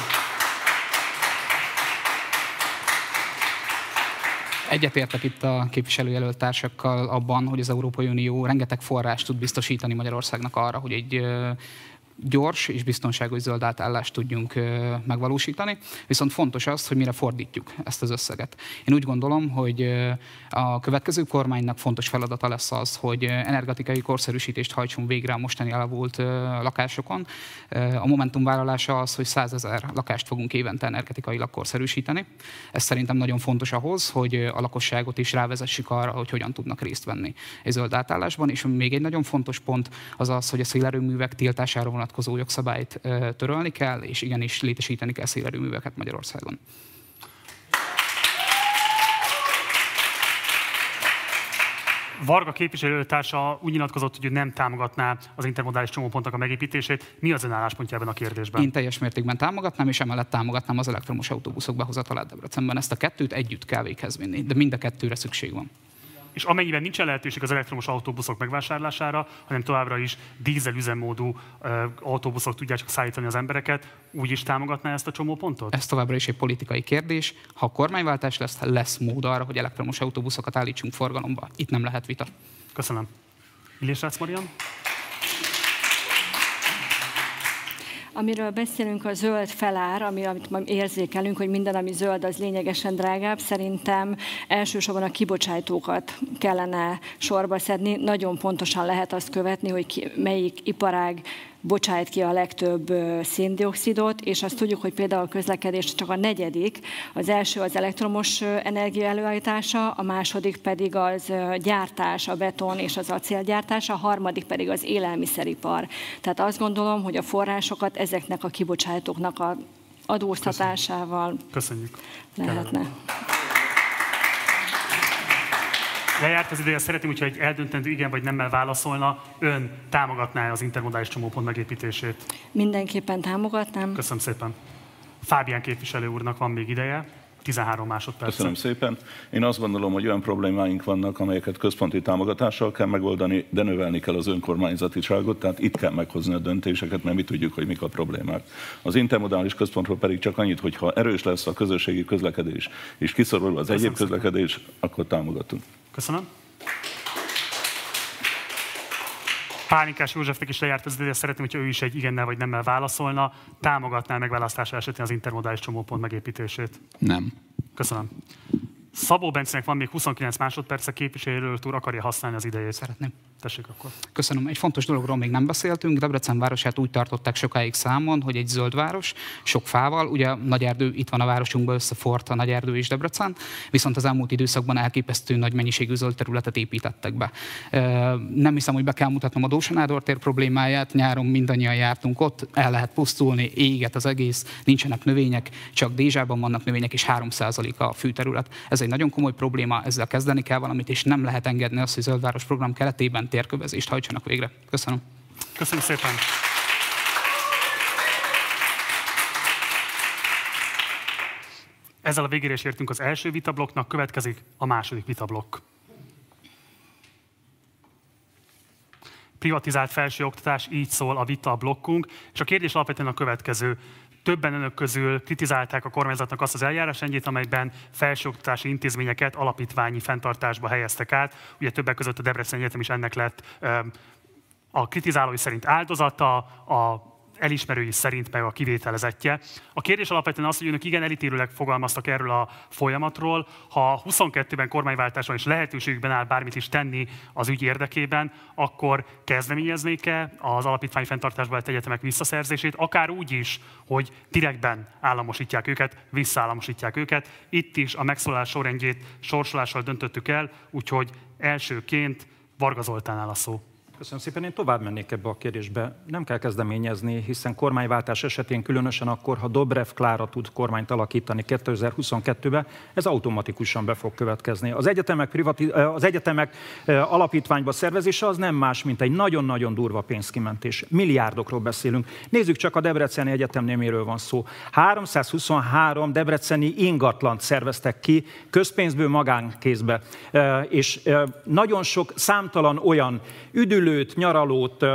Egyetértek itt a képviselőjelölt társakkal abban, hogy az Európai Unió rengeteg forrást tud biztosítani Magyarországnak arra, hogy egy gyors és biztonságos zöld átállást tudjunk megvalósítani. Viszont fontos az, hogy mire fordítjuk ezt az összeget. Én úgy gondolom, hogy a következő kormánynak fontos feladata lesz az, hogy energetikai korszerűsítést hajtson végre a mostani elavult lakásokon. A Momentum vállalása az, hogy százezer lakást fogunk évente energetikailag korszerűsíteni. Ez szerintem nagyon fontos ahhoz, hogy a lakosságot is rávezessük arra, hogy hogyan tudnak részt venni egy zöld átállásban. És még egy nagyon fontos pont az az, hogy a szélerőművek tiltására vonatkozó jogszabályt törölni kell, és igenis létesíteni kell szélerőműveket Magyarországon. Varga képviselőtársa úgy nyilatkozott, hogy ő nem támogatná az intermodális csomópontnak a megépítését. Mi az ön álláspontja ebben a kérdésben? Én teljes mértékben támogatnám, és emellett támogatnám az elektromos autóbuszok behozatalát Debrecenben. Ezt a kettőt együtt kell véghez vinni, de mind a kettőre szükség van. És amennyiben nincsen lehetőség az elektromos autóbuszok megvásárlására, hanem továbbra is dízelüzemmódú autóbuszok tudják csak szállítani az embereket, úgy is támogatná ezt a csomópontot? Ez továbbra is egy politikai kérdés. Ha a kormányváltás lesz, lesz mód arra, hogy elektromos autóbuszokat állítsunk forgalomba. Itt nem lehet vita. Köszönöm. Illés Marian? Amiről beszélünk, a zöld felár, ami, amit ma érzékelünk, hogy minden, ami zöld, az lényegesen drágább. Szerintem elsősorban a kibocsátókat kellene sorba szedni. Nagyon pontosan lehet azt követni, hogy ki, melyik iparág bocsájt ki a legtöbb széndioxidot, és azt tudjuk, hogy például a közlekedés csak a negyedik. Az első az elektromos energia előállítása, a második pedig az gyártás, a beton és az acélgyártás, a harmadik pedig az élelmiszeripar. Tehát azt gondolom, hogy a forrásokat ezeknek a kibocsátóknak a adóztatásával Köszönjük. lehetne. Lejárt az ideje, szeretném, hogyha egy eldöntendő igen vagy nemmel válaszolna, ön támogatná az intermodális csomópont megépítését? Mindenképpen támogatnám. Köszönöm szépen. Fábián képviselő úrnak van még ideje, tizenhárom másodperc. Köszönöm szépen. Én azt gondolom, hogy olyan problémáink vannak, amelyeket központi támogatással kell megoldani, de növelni kell az önkormányzatiságot, tehát itt kell meghozni a döntéseket, mert mi tudjuk, hogy mik a problémák. Az intermodális központról pedig csak annyit, hogy ha erős lesz a közösségi közlekedés, és kiszorul az egyéb közlekedés, akkor támogatunk. Köszönöm. Pálinkás Józsefnek is lejárt az ideje, szeretném, hogyha ő is egy igennel vagy nemmel válaszolna. Támogatná megválasztása esetén az intermodális csomópont megépítését? Nem. Köszönöm. Szabó Bencének van még huszonkilenc másodperce, képviselőjelölt úr akarja használni az idejét. Szeretném. Tessék akkor. Köszönöm. Egy fontos dologról még nem beszéltünk. Debrecen városát úgy tartották sokáig számon, hogy egy zöld város, sok fával. Ugye Nagyerdő itt van a városunkban, összefort a Nagyerdő és Debrecen, viszont az elmúlt időszakban elképesztő nagy mennyiségű zöld területet építettek be. Nem hiszem, hogy be kell mutatnom a Dózsa Nádor tér problémáját. Nyáron mindannyian jártunk ott, el lehet pusztulni, éget az egész, nincsenek növények, csak Dézsában vannak növények, és három százalék a fűterület. Ez egy nagyon komoly probléma, ezzel kezdeni kell valamit, és nem lehet engedni azt, hogy zöldváros program keretében térkövezést hajtsanak végre. Köszönöm. Köszönöm szépen. Ezzel a végére is értünk az első vitablokknak, következik a második vitablokk. Privatizált felsőoktatás, így szól a vitablokkunk, és a kérdés alapvetően a következő. Többen önök közül kritizálták a kormányzatnak azt az eljárásrendjét, amelyben felsőoktatási intézményeket alapítványi fenntartásba helyeztek át. Ugye többek között a Debreceni Egyetem is ennek lett a kritizálói szerint áldozata, a elismerői szerint meg a kivételezettje. A kérdés alapvetően az, hogy önök igen elítélőleg fogalmaztak erről a folyamatról. Ha huszonkettőben kormányváltás van és lehetőségükben áll bármit is tenni az ügy érdekében, akkor kezdeményeznék-e az alapítványi fenntartásba lett egyetemek visszaszerzését, akár úgy is, hogy direktben államosítják őket, visszaállamosítják őket. Itt is a megszólalás sorrendjét sorsolással döntöttük el, úgyhogy elsőként Varga Zoltánnál a szó. Köszönöm szépen, én tovább mennék ebbe a kérdésbe. Nem kell kezdeményezni, hiszen kormányváltás esetén különösen akkor, ha Dobrev Klára tud kormányt alakítani kétezer-huszonkettőben, ez automatikusan be fog következni. Az egyetemek, privati- az egyetemek alapítványba szervezése az nem más, mint egy nagyon-nagyon durva pénzkimentés. Milliárdokról beszélünk. Nézzük csak a Debreceni Egyetemnél miről van szó. háromszázhuszonhárom debreceni ingatlant szerveztek ki közpénzből magánkézbe. És nagyon sok számtalan olyan üdülőt, nyaralót,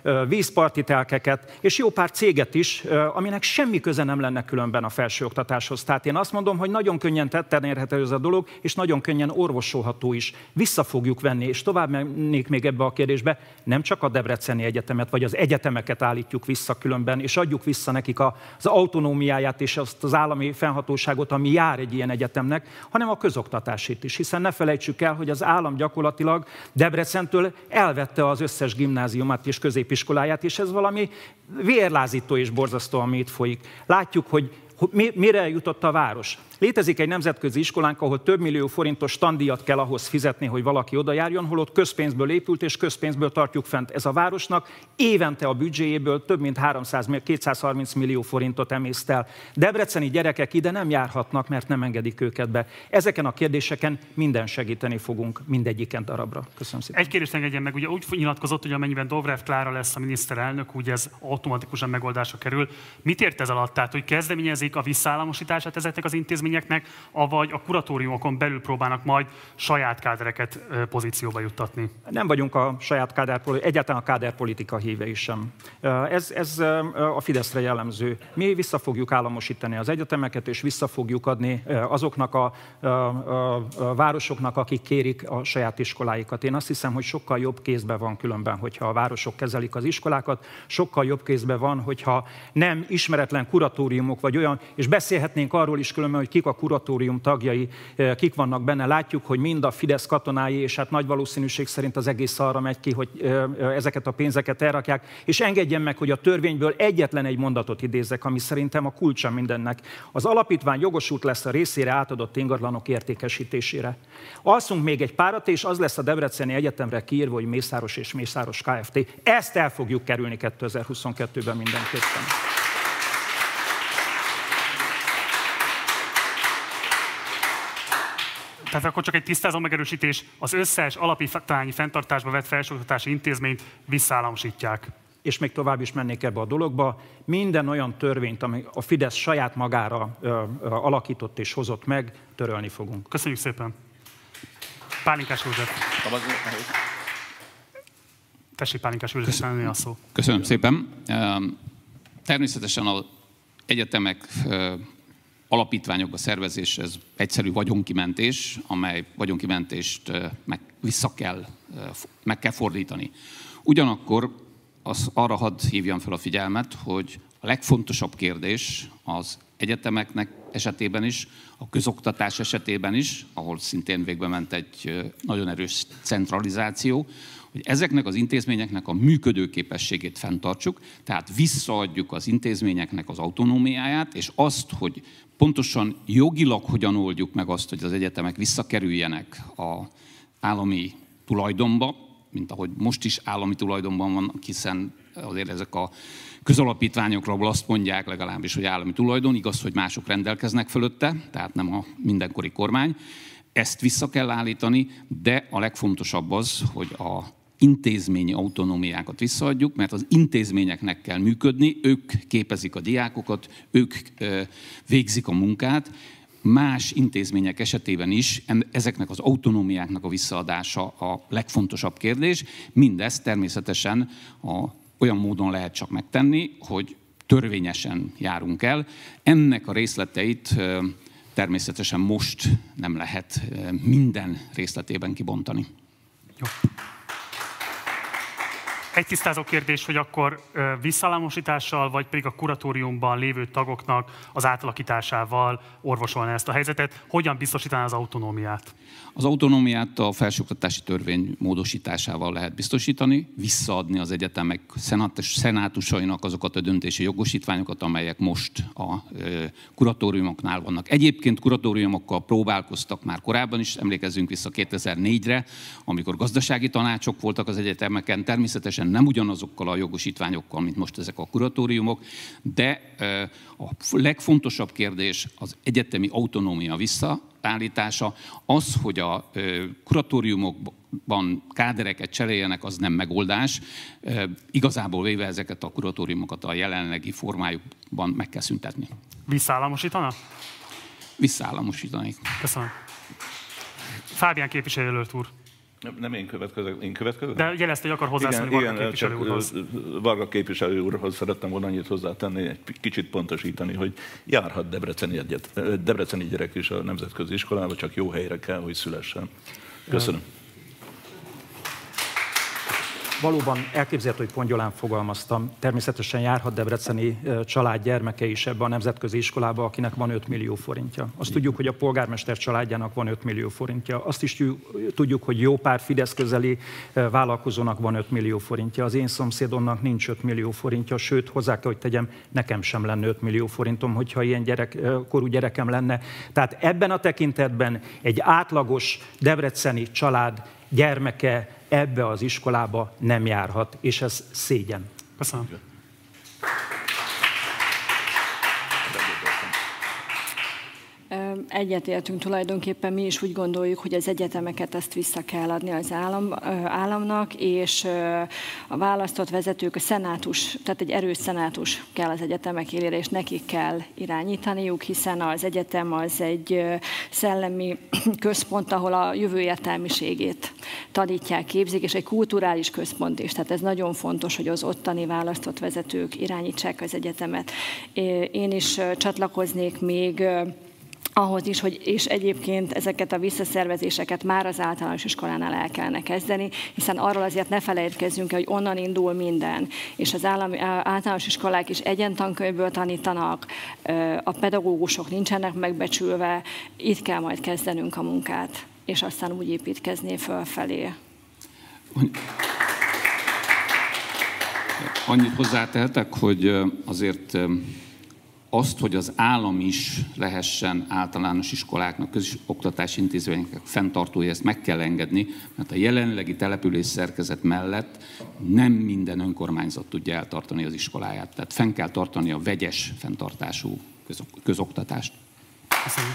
vízpartitelkeket, és jó pár céget is, aminek semmi köze nem lenne különben a felsőoktatáshoz. Tehát én azt mondom, hogy nagyon könnyen tetten érhető ez a dolog, és nagyon könnyen orvosolható is. Vissza fogjuk venni, és tovább mennék még ebbe a kérdésbe, nem csak a Debreceni Egyetemet, vagy az egyetemeket állítjuk vissza különben, és adjuk vissza nekik az autonómiáját és azt az állami fennhatóságot, ami jár egy ilyen egyetemnek, hanem a közoktatásét is. Hiszen ne felejtsük el, hogy az állam gyakorlatilag Debrecentől elvette az összes gimnáziumát és középiskoláját, és ez valami vérlázító és borzasztó, ami itt folyik. Látjuk, hogy mire jutott a város. Létezik egy nemzetközi iskolánk, ahol több millió forintos tandíjat kell ahhoz fizetni, hogy valaki oda járjon, holott közpénzből épült, és közpénzből tartjuk fent. Ez a városnak évente a büdzséjéből több mint háromszáz, kétszázharminc millió forintot emészt el. Debreceni gyerekek ide nem járhatnak, mert nem engedik őket be. Ezeken a kérdéseken minden segíteni fogunk, mindegyiken darabra. Köszönöm szépen. Egy kérdést engedjen meg, ugye úgy nyilatkozott, hogy amennyiben Dobrev Klára lesz a miniszterelnök, úgy ez automatikusan megoldásra kerül. Mit ért ez alatt? Tehát, hogy kezdeményezik a visszaállamosítását ezeknek az intézményeknek, avagy a kuratóriumokon belül próbálnak majd saját kádereket pozícióba juttatni? Nem vagyunk a saját kádárpolitika, egyáltalán a kádárpolitika hívei sem. Ez, ez a Fideszre jellemző. Mi vissza fogjuk államosítani az egyetemeket, és vissza fogjuk adni azoknak a, a, a, a városoknak, akik kérik a saját iskoláikat. Én azt hiszem, hogy sokkal jobb kézben van különben, hogyha a városok kezelik az iskolákat, sokkal jobb kézben van, hogyha nem ismeretlen kuratóriumok vagy olyan, és beszélhetnénk arról is különben, hogy kik a kuratórium tagjai, kik vannak benne. Látjuk, hogy mind a Fidesz katonái, és hát nagy valószínűség szerint az egész arra megy ki, hogy ezeket a pénzeket elrakják, és engedjen meg, hogy a törvényből egyetlen egy mondatot idézzek, ami szerintem a kulcsa mindennek. Az alapítvány jogosult lesz a részére átadott ingatlanok értékesítésére. Alszunk még egy párat, és az lesz a Debreceni Egyetemre kiírva, hogy Mészáros és Mészáros Kft. Ezt el fogjuk kerülni kétezer-huszonkettőben mindenképpen. Tehát akkor csak egy tisztázó megerősítés, az összes alapítványi fenntartásba vett felsőoktatási intézményt visszaállamosítják. És még tovább is mennék ebbe a dologba. Minden olyan törvényt, ami a Fidesz saját magára ö, ö, alakított és hozott meg, törölni fogunk. Köszönjük szépen. Pálinkás József. Tessék, Pálinkás József, köszönöm a szó. Köszönöm szépen. Természetesen az egyetemek alapítványokba szervezés, ez egyszerű vagyonkimentés, amely vagyonkimentést meg vissza kell, meg kell fordítani. Ugyanakkor az arra hadd hívjam fel a figyelmet, hogy a legfontosabb kérdés az egyetemeknek esetében is, a közoktatás esetében is, ahol szintén végbe ment egy nagyon erős centralizáció, hogy ezeknek az intézményeknek a működőképességét fenntartsuk, tehát visszaadjuk az intézményeknek az autonómiáját, és azt, hogy pontosan jogilag hogyan oldjuk meg azt, hogy az egyetemek visszakerüljenek az állami tulajdonba, mint ahogy most is állami tulajdonban vannak, hiszen azért ezek a közalapítványokról azt mondják legalábbis, hogy állami tulajdon, igaz, hogy mások rendelkeznek fölötte, tehát nem a mindenkori kormány. Ezt vissza kell állítani, de a legfontosabb az, hogy a intézményi autonómiákat visszaadjuk, mert az intézményeknek kell működni, ők képezik a diákokat, ők végzik a munkát. Más intézmények esetében is ezeknek az autonómiáknak a visszaadása a legfontosabb kérdés. Mindezt természetesen a, olyan módon lehet csak megtenni, hogy törvényesen járunk el. Ennek a részleteit természetesen most nem lehet minden részletében kibontani. Jó. Egy tisztázó kérdés, hogy akkor visszaállamosítással, vagy pedig a kuratóriumban lévő tagoknak az átalakításával orvosolná ezt a helyzetet. Hogyan biztosítaná az autonómiát? Az autonómiát a felsőoktatási törvény módosításával lehet biztosítani, visszaadni az egyetemek szenátusainak azokat a döntési jogosítványokat, amelyek most a kuratóriumoknál vannak. Egyébként kuratóriumokkal próbálkoztak már korábban is, emlékezzünk vissza kétezer-négyre, amikor gazdasági tanácsok voltak az egyetemeken, természetesen nem ugyanazokkal a jogosítványokkal, mint most ezek a kuratóriumok, de a legfontosabb kérdés az egyetemi autonómia visszaállítása. Az, hogy a kuratóriumokban kádereket cseréljenek, az nem megoldás. Igazából véve ezeket a kuratóriumokat a jelenlegi formájukban meg kell szüntetni. Visszaállamosítana? Visszaállamosítani. Köszönöm. Fábián képviselőjelölt úr. Nem, nem én következek, én következek? De jelezte, hogy akar hozzászólni Varga képviselő úrhoz. Varga képviselő úrhoz szerettem volna annyit hozzátenni, egy kicsit pontosítani, hogy járhat Debreceni, egyet, Debreceni gyerek is a nemzetközi iskolába, csak jó helyre kell, hogy szülessen. Köszönöm. Valóban elképzelhető, hogy pongyolán fogalmaztam. Természetesen járhat debreceni család gyermeke is ebbe a nemzetközi iskolába, akinek van öt millió forintja. Azt tudjuk, hogy a polgármester családjának van öt millió forintja. Azt is tudjuk, hogy jó pár Fidesz közeli vállalkozónak van öt millió forintja. Az én szomszédomnak nincs öt millió forintja, sőt, hozzá kell, hogy tegyem, nekem sem lenne öt millió forintom, hogyha ilyen gyerek, korú gyerekem lenne. Tehát ebben a tekintetben egy átlagos debreceni család gyermeke ebbe az iskolába nem járhat, és ez szégyen. Köszönöm. Egyetértünk tulajdonképpen, mi is úgy gondoljuk, hogy az egyetemeket ezt vissza kell adni az állam, államnak, és a választott vezetők, a szenátus, tehát egy erős szenátus kell az egyetemek élére, és nekik kell irányítaniuk, hiszen az egyetem az egy szellemi központ, ahol a jövő értelmiségét tanítják, képzik, és egy kulturális központ is. Tehát ez nagyon fontos, hogy az ottani választott vezetők irányítsák az egyetemet. Én is csatlakoznék még ahhoz is, hogy és egyébként ezeket a visszaszervezéseket már az általános iskolánál el kellene kezdeni, hiszen arról azért ne felejtkezzünk, hogy onnan indul minden, és az állami, általános iskolák is egyentankönyvből tanítanak, a pedagógusok nincsenek megbecsülve, itt kell majd kezdenünk a munkát, és aztán úgy építkezni fölfelé. Annyit hozzátehetek, hogy azért azt, hogy az állam is lehessen általános iskoláknak, közoktatási intézményeknek fenntartója, ezt meg kell engedni, mert a jelenlegi település szerkezet mellett nem minden önkormányzat tudja eltartani az iskoláját. Tehát fenn kell tartani a vegyes fenntartású közoktatást. Köszönjük.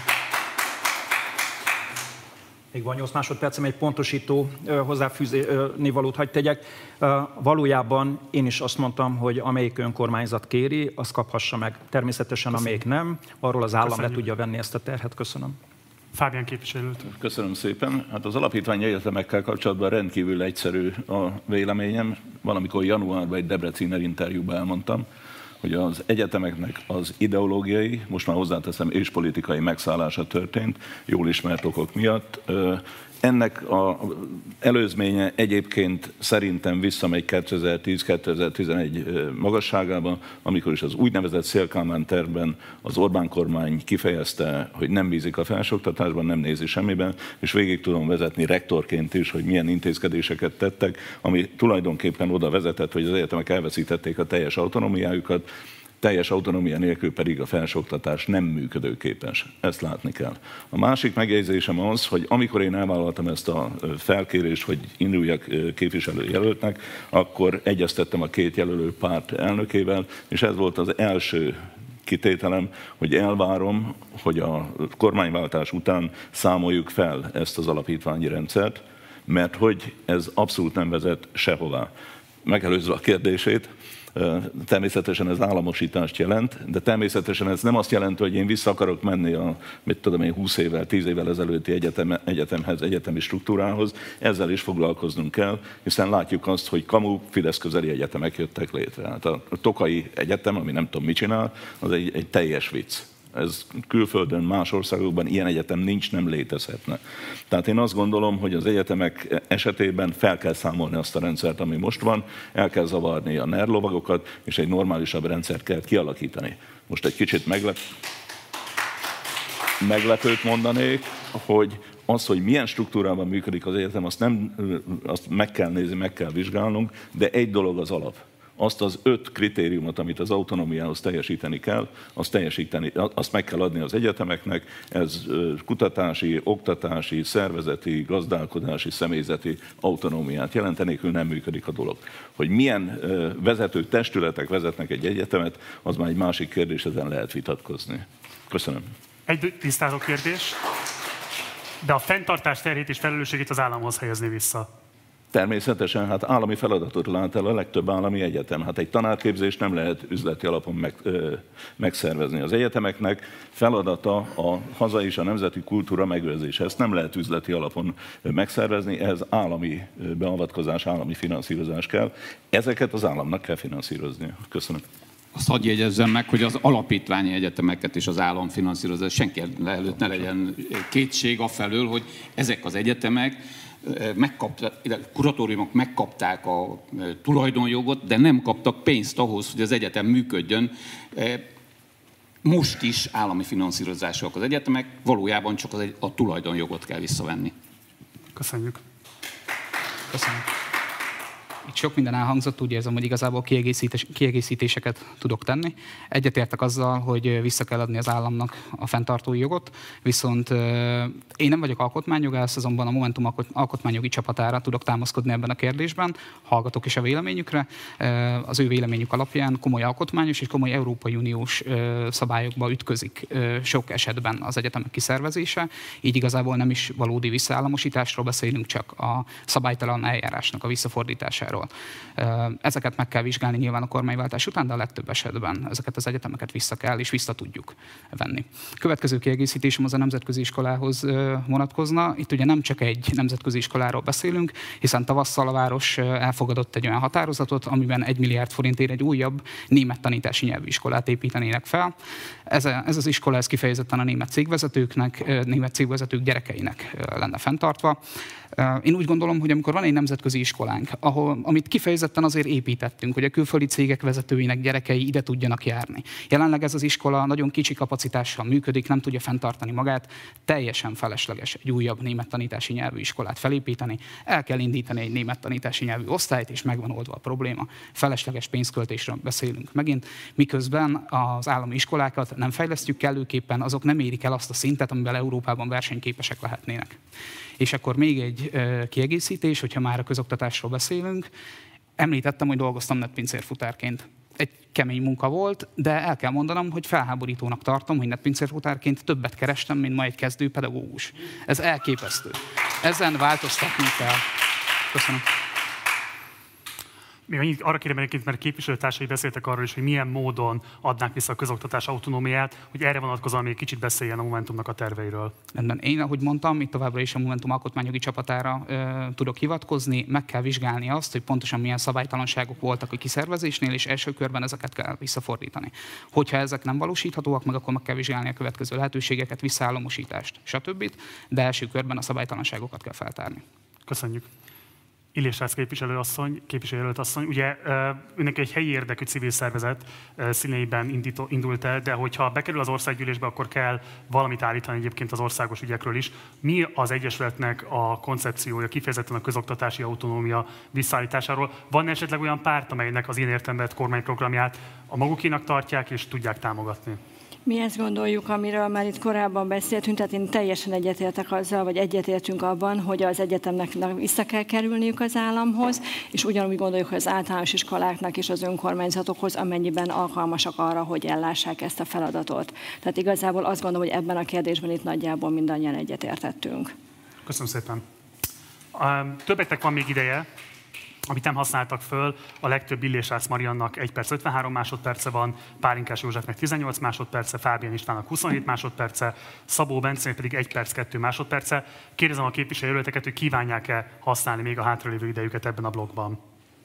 Még van nyolc másodpercem, egy pontosító hozzáfűzni valót hagy tegyek. Valójában én is azt mondtam, hogy amelyik önkormányzat kéri, az kaphassa meg. Természetesen Köszönjük. amelyik nem, arról az állam Köszönjük. le tudja venni ezt a terhet. Köszönöm. Fábián képviselőt. Köszönöm szépen. Hát az alapítvány egyetemekkel kapcsolatban rendkívül egyszerű a véleményem. Valamikor januárban egy debreceni interjúban elmondtam, hogy az egyetemeknek az ideológiai, most már hozzáteszem, és politikai megszállása történt, jól ismert okok miatt. Ennek az előzménye egyébként szerintem visszamegy kétezer-tíz kétezer-tizenegy magasságában, amikor is az úgynevezett Széll-Kálmán tervben az Orbán kormány kifejezte, hogy nem bízik a felsőoktatásban, nem nézi semmiben, és végig tudom vezetni rektorként is, hogy milyen intézkedéseket tettek, ami tulajdonképpen oda vezetett, hogy az egyetemek elveszítették a teljes autonómiájukat, teljes autonómia nélkül pedig a felsőoktatás nem működőképes. Ezt látni kell. A másik megjegyzésem az, hogy amikor én elvállaltam ezt a felkérést, hogy induljak képviselőjelöltnek, akkor egyeztettem a két jelölő párt elnökével, és ez volt az első kitételem, hogy elvárom, hogy a kormányváltás után számoljuk fel ezt az alapítványi rendszert, mert hogy ez abszolút nem vezet sehová. Megelőzve a kérdését, természetesen ez államosítást jelent, de természetesen ez nem azt jelenti, hogy én vissza akarok menni a, mit tudom én, húsz évvel, tíz évvel ezelőtti egyetem, egyetemhez, egyetemi struktúrához. Ezzel is foglalkoznunk kell, hiszen látjuk azt, hogy kamu Fidesz közeli egyetemek jöttek létre. Hát a Tokai Egyetem, ami nem tudom mit csinál, az egy, egy teljes vicc. Ez külföldön, más országokban ilyen egyetem nincs, nem létezhetne. Tehát én azt gondolom, hogy az egyetemek esetében fel kell számolni azt a rendszert, ami most van, el kell zavarni a nerlovagokat, és egy normálisabb rendszert kell kialakítani. Most egy kicsit meglep... meglepőt mondanék, hogy az, hogy milyen struktúrában működik az egyetem, azt, nem, azt meg kell nézni, meg kell vizsgálnunk, de egy dolog az alap. Azt az öt kritériumot, amit az autonómiához teljesíteni kell, azt, teljesíteni, azt meg kell adni az egyetemeknek. Ez kutatási, oktatási, szervezeti, gazdálkodási, személyzeti autonómiát jelent, enélkül nem működik a dolog. Hogy milyen vezető testületek vezetnek egy egyetemet, az már egy másik kérdés, ezen lehet vitatkozni. Köszönöm. Egy tisztázó kérdés, de a fenntartás terhét és felelősségét az államhoz helyezni vissza. Természetesen, hát állami feladatot lát el a legtöbb állami egyetem. Hát egy tanárképzést nem lehet üzleti alapon meg, ö, megszervezni. Az egyetemeknek feladata a haza és a nemzeti kultúra megőrzése. Ezt nem lehet üzleti alapon megszervezni, ez állami beavatkozás, állami finanszírozás kell. Ezeket az államnak kell finanszírozni. Köszönöm. Azt hadd jegyezzem meg, hogy az alapítványi egyetemeket és az állam finanszírozás senki előtt ne legyen kétség afelől, hogy ezek az egyetemek megkapták, kuratóriumok megkapták a tulajdonjogot, de nem kaptak pénzt ahhoz, hogy az egyetem működjön. Most is állami finanszírozások az egyetemek, valójában csak az egy, a tulajdonjogot kell visszavenni. Köszönjük. Köszönjük. Itt sok minden elhangzott, úgy érzem, hogy igazából kiegészítés, kiegészítéseket tudok tenni. Egyetértek azzal, hogy vissza kell adni az államnak a fenntartói jogot, viszont én nem vagyok alkotmányjogász, azonban a Momentum alkotmányjogi csapatára tudok támaszkodni ebben a kérdésben, hallgatok is a véleményükre. Az ő véleményük alapján komoly alkotmányos és komoly Európai Uniós szabályokba ütközik sok esetben az egyetemek kiszervezése, így igazából nem is valódi visszaállamosításról beszélünk, csak a szabálytalan eljárásnak a visszafordításáról. Ezeket meg kell vizsgálni nyilván a kormányváltás után, de a legtöbb esetben ezeket az egyetemeket vissza kell és vissza tudjuk venni. Következő kiegészítésem az a nemzetközi iskolához vonatkozna. Itt ugye nem csak egy nemzetközi iskoláról beszélünk, hiszen tavasszal a város elfogadott egy olyan határozatot, amiben egy milliárd forintért egy újabb német tanítási nyelvű iskolát építenének fel. Ez, a, ez az iskola ez kifejezetten a német cégvezetőknek, német cégvezetők gyerekeinek lenne fenntartva. Én úgy gondolom, hogy amikor van egy nemzetközi iskolánk, ahol, amit kifejezetten azért építettünk, hogy a külföldi cégek vezetőinek gyerekei ide tudjanak járni. Jelenleg ez az iskola nagyon kicsi kapacitással működik, nem tudja fenntartani magát, teljesen felesleges egy újabb német tanítási nyelvű iskolát felépíteni. El kell indítani egy német tanítási nyelvű osztályt, és megvan oldva a probléma. Felesleges pénzköltésről beszélünk megint, miközben az állami iskolákat nem fejlesztjük kellőképpen, azok nem érik el azt a szintet, amivel Európában versenyképesek lehetnének. És akkor még egy uh, kiegészítés, hogyha már a közoktatásról beszélünk. Említettem, hogy dolgoztam netpincérfutárként. Egy kemény munka volt, de el kell mondanom, hogy felháborítónak tartom, hogy netpincérfutárként többet kerestem, mint ma egy kezdő pedagógus. Ez elképesztő. Ezen változtatni kell. Köszönöm. Még annyit arra kérem egyébként, mert képviselőtársai beszéltek arról is, hogy milyen módon adnák vissza a közoktatás autonómiát, hogy erre vonatkozóan még kicsit beszéljen a Momentumnak a terveiről. Rendben. Én, ahogy mondtam, itt továbbra is a Momentum alkotmányjogi csapatára ö, tudok hivatkozni, meg kell vizsgálni azt, hogy pontosan milyen szabálytalanságok voltak a kiszervezésnél, és első körben ezeket kell visszafordítani. Hogyha ezek nem valósíthatóak meg, akkor meg kell vizsgálni a következő lehetőségeket, visszaállomosítást, stb. De első körben a szabálytalanságokat kell feltárni. Köszönjük. Illés Rácz képviselőasszony, képviselőjelölt asszony, ugye önnek egy helyi érdekű civil szervezet színeiben indult el, de hogyha bekerül az országgyűlésbe, akkor kell valamit állítani egyébként az országos ügyekről is. Mi az Egyesületnek a koncepciója kifejezetten a közoktatási autonómia visszaállításáról? Van esetleg olyan párt, amelynek az én értelemben kormányprogramját a magukénak tartják és tudják támogatni? Mi ezt gondoljuk, amiről már itt korábban beszéltünk, tehát én teljesen egyetértek azzal, vagy egyetértünk abban, hogy az egyetemnek vissza kell kerülniük az államhoz, és ugyanúgy gondoljuk, hogy az általános iskoláknak és az önkormányzatokhoz, amennyiben alkalmasak arra, hogy ellássák ezt a feladatot. Tehát igazából azt gondolom, hogy ebben a kérdésben itt nagyjából mindannyian egyetértettünk. Köszönöm szépen. Többeknek van még ideje, amit nem használtak föl, a legtöbb Illés Rácz Mariannak egy perc ötvenhárom másodperce van, Pálinkás Józsefnek tizennyolc másodperce, Fábián Istvánnak huszonhét másodperce, Szabó Bencének pedig egy perc kettő másodperce. Kérdezem a képviselőjelölteket, hogy kívánják-e használni még a hátralévő idejüket ebben a blokkban.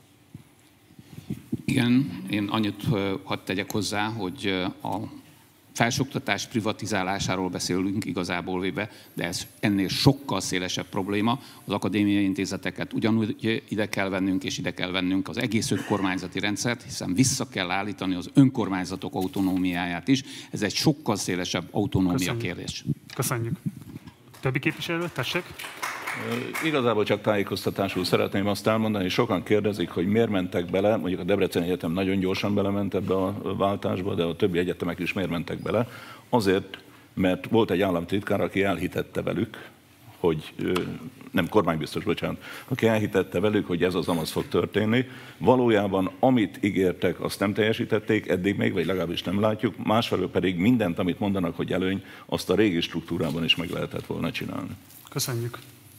Igen, én annyit hadd tegyek hozzá, hogy a felsőoktatás privatizálásáról beszélünk igazából véve, de ez ennél sokkal szélesebb probléma. Az akadémiai intézeteket ugyanúgy ide kell vennünk, és ide kell vennünk az egész önkormányzati rendszert, hiszen vissza kell állítani az önkormányzatok autonómiáját is. Ez egy sokkal szélesebb autonómia Köszönjük. kérdés. Köszönjük. Többi képviselő, tessék? Igazából csak tájékoztatásul szeretném azt elmondani, hogy sokan kérdezik, hogy miért mentek bele, mondjuk a Debreceni Egyetem nagyon gyorsan belement ebbe a váltásba, de a többi egyetemek is miért mentek bele. Azért, mert volt egy államtitkár, aki elhitette velük, hogy nem kormánybiztos, bocsánat, aki elhitette velük, hogy ez az amaz fog történni. Valójában, amit ígértek, azt nem teljesítették, eddig még, vagy legalábbis nem látjuk, másfelől pedig mindent, amit mondanak, hogy előny, azt a régi struktúrában is meg lehetett volna csinálni. Köszönjük.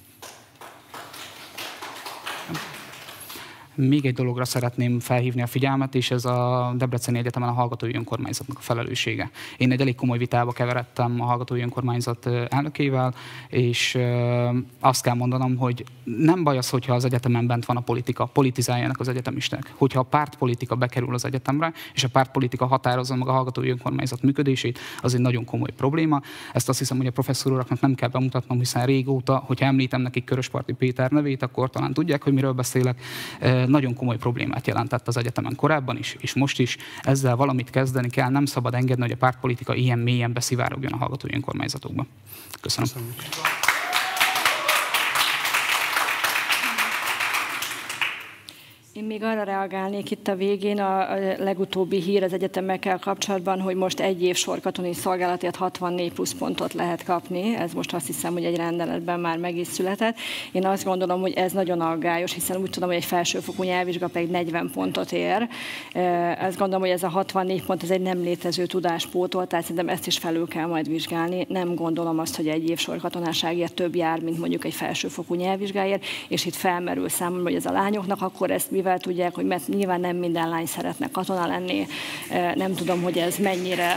Még egy dologra szeretném felhívni a figyelmet, és ez a Debreceni Egyetemen a hallgatói önkormányzatnak a felelőssége. Én egy elég komoly vitába keveredtem a hallgatói önkormányzat elnökével, és azt kell mondanom, hogy nem baj az, hogyha az egyetemen bent van a politika, politizáljanak az egyetemisták. Hogyha a pártpolitika bekerül az egyetemre, és a pártpolitika határozza meg a hallgatói önkormányzat működését, az egy nagyon komoly probléma. Ezt azt hiszem, hogy a professzor uraknak nem kell bemutatnom, hiszen régóta, hogyha említem nekik Körösparti Péter nevét, akkor talán tudják, hogy miről beszélek. Nagyon komoly problémát jelentett az egyetemen korábban is, és most is ezzel valamit kezdeni kell, nem szabad engedni, hogy a pártpolitika ilyen mélyen beszivárogjon a hallgatói önkormányzatokba. Köszönöm. Köszönjük. Én még arra reagálnék itt a végén, a legutóbbi hír az egyetemekkel kapcsolatban, hogy most egy év sorkatonai szolgálatért hatvannégy plusz pontot lehet kapni. Ez most azt hiszem, hogy egy rendeletben már meg is született. Én azt gondolom, hogy ez nagyon aggályos, hiszen úgy tudom, hogy egy felsőfokú nyelvvizsga pedig negyven pontot ér. Azt gondolom, hogy ez a hatvannégy pont, ez egy nem létező tudáspótol, tehát szerintem ezt is felül kell majd vizsgálni. Nem gondolom azt, hogy egy év sorkatonáságért több jár, mint mondjuk egy felsőfokú nyelvvizsgáért, és itt felmerül számomra, hogy ez a lányoknak akkor ezt mivel tudják, hogy mert nyilván nem minden lány szeretne katona lenni. Nem tudom, hogy ez mennyire...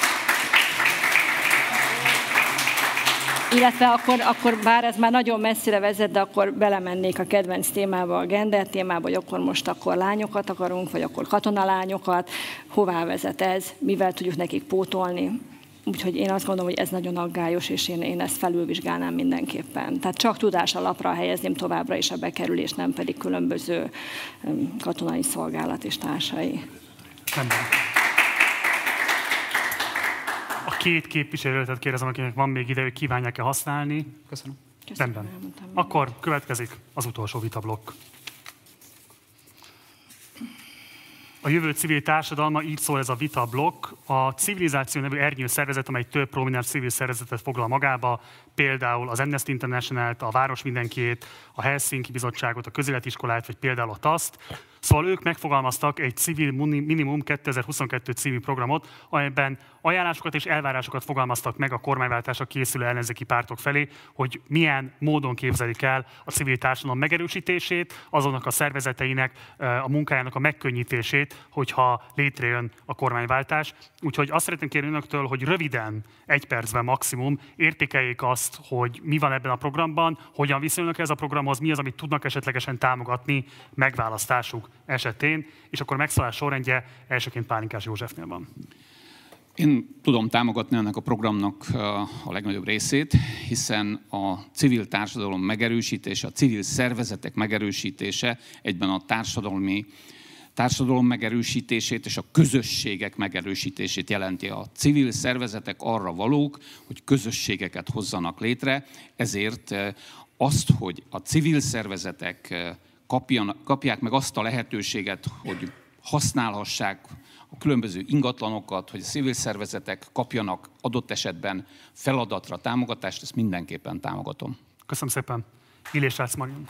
Illetve akkor, akkor bár ez már nagyon messzire vezet, de akkor belemennék a kedvenc témába, a gender témába, hogy akkor most akkor lányokat akarunk, vagy akkor katonalányokat. Hová vezet ez? Mivel tudjuk nekik pótolni? Úgyhogy én azt gondolom, hogy ez nagyon aggályos, és én, én ezt felülvizsgálnám mindenképpen. Tehát csak tudás alapra helyezném továbbra is a bekerülést, nem pedig különböző katonai szolgálat és társai. Nem. A két képviselőt kérdezem, akinek van még ide, hogy kívánják-e használni. Köszönöm. Rendben. Akkor következik az utolsó vitablokk. A jövő civil társadalma, így szól ez a vita blokk. A Civilizáció nevű ernyő szervezet, amely több prominens civil szervezetet foglal magába, például az Amnesty International-t, a Város Mindenkiét, a Helsinki Bizottságot, a Közéletiskolát, vagy például a taszt. Szóval ők megfogalmaztak egy civil minimum kétezer-huszonkettő című programot, amelyben ajánlásokat és elvárásokat fogalmaztak meg a kormányváltásra készülő ellenzéki pártok felé, hogy milyen módon képzelik el a civil társadalom megerősítését, azonnak a szervezeteinek a munkájának a megkönnyítését, hogyha létrejön a kormányváltás. Úgyhogy azt szeretném kérni önöktől, hogy röviden, egy percben maximum értékeljék azt, hogy mi van ebben a programban, hogyan viszonyulnak ez a programhoz, mi az, amit tudnak esetlegesen támogatni megválasztásuk esetén, és akkor megszólás sorrendje elsőként Pálinkás Józsefnél van. Én tudom támogatni ennek a programnak a legnagyobb részét, hiszen a civil társadalom megerősítése, a civil szervezetek megerősítése egyben a társadalmi társadalom megerősítését és a közösségek megerősítését jelenti. A civil szervezetek arra valók, hogy közösségeket hozzanak létre, ezért azt, hogy a civil szervezetek kapjanak, kapják meg azt a lehetőséget, hogy használhassák a különböző ingatlanokat, hogy a civil szervezetek kapjanak adott esetben feladatra támogatást, ezt mindenképpen támogatom. Köszönöm szépen. Illés Rácz Marion.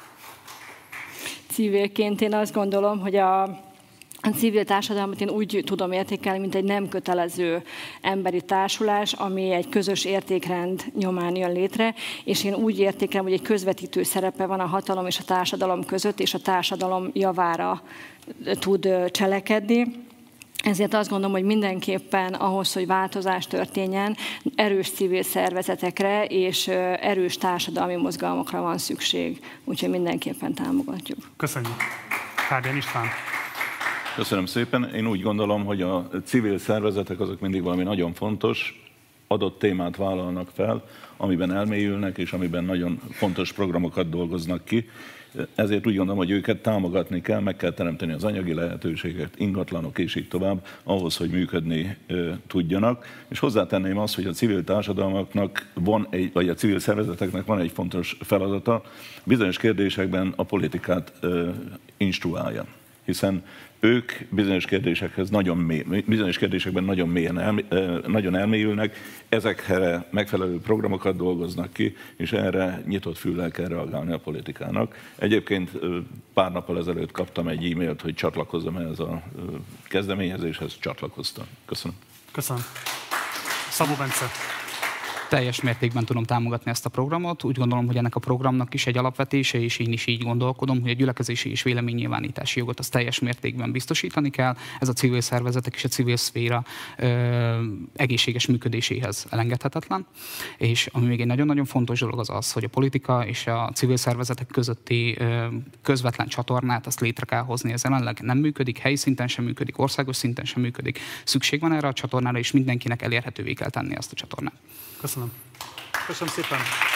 Civilként én azt gondolom, hogy a A civil társadalmat én úgy tudom értékelni, mint egy nem kötelező emberi társulás, ami egy közös értékrend nyomán jön létre, és én úgy értékelem, hogy egy közvetítő szerepe van a hatalom és a társadalom között, és a társadalom javára tud cselekedni. Ezért azt gondolom, hogy mindenképpen ahhoz, hogy változás történjen, erős civil szervezetekre és erős társadalmi mozgalmakra van szükség. Úgyhogy mindenképpen támogatjuk. Köszönjük. Fábián István. Köszönöm szépen. Én úgy gondolom, hogy a civil szervezetek azok mindig valami nagyon fontos, adott témát vállalnak fel, amiben elmélyülnek, és amiben nagyon fontos programokat dolgoznak ki. Ezért úgy gondolom, hogy őket támogatni kell, meg kell teremteni az anyagi lehetőséget, ingatlanok és így tovább, ahhoz, hogy működni ö, tudjanak. És hozzátenném azt, hogy a civil társadalmaknak van egy, vagy a civil szervezeteknek van egy fontos feladata, bizonyos kérdésekben a politikát ö, instruálja. Hiszen ők bizonyos kérdésekhez nagyon mély, bizonyos kérdésekben nagyon mélyen elmé, nagyon elmélyülnek, ezekre megfelelő programokat dolgoznak ki, és erre nyitott füllel kell reagálni a politikának. Egyébként pár nappal ezelőtt kaptam egy e-mailt, hogy csatlakozzam ehhez a kezdeményezéshez, csatlakoztam. Köszönöm. Köszönöm. Szabó Bence. Teljes mértékben tudom támogatni ezt a programot. Úgy gondolom, hogy ennek a programnak is egy alapvetése, és én is így gondolkodom, hogy a gyülekezési és véleménynyilvánítási jogot az teljes mértékben biztosítani kell. Ez a civil szervezetek és a civil szféra ö, egészséges működéséhez elengedhetetlen. És ami még egy nagyon-nagyon fontos dolog az az, hogy a politika és a civil szervezetek közötti ö, közvetlen csatornát azt létre kell hozni. Ez jelenleg nem működik, helyi szinten sem működik, országos szinten sem működik. Szükség van erre a csatornára, és mindenkinek elérhetővé kell tenni ezt a csatornát. Köszönöm. Köszönöm szépen.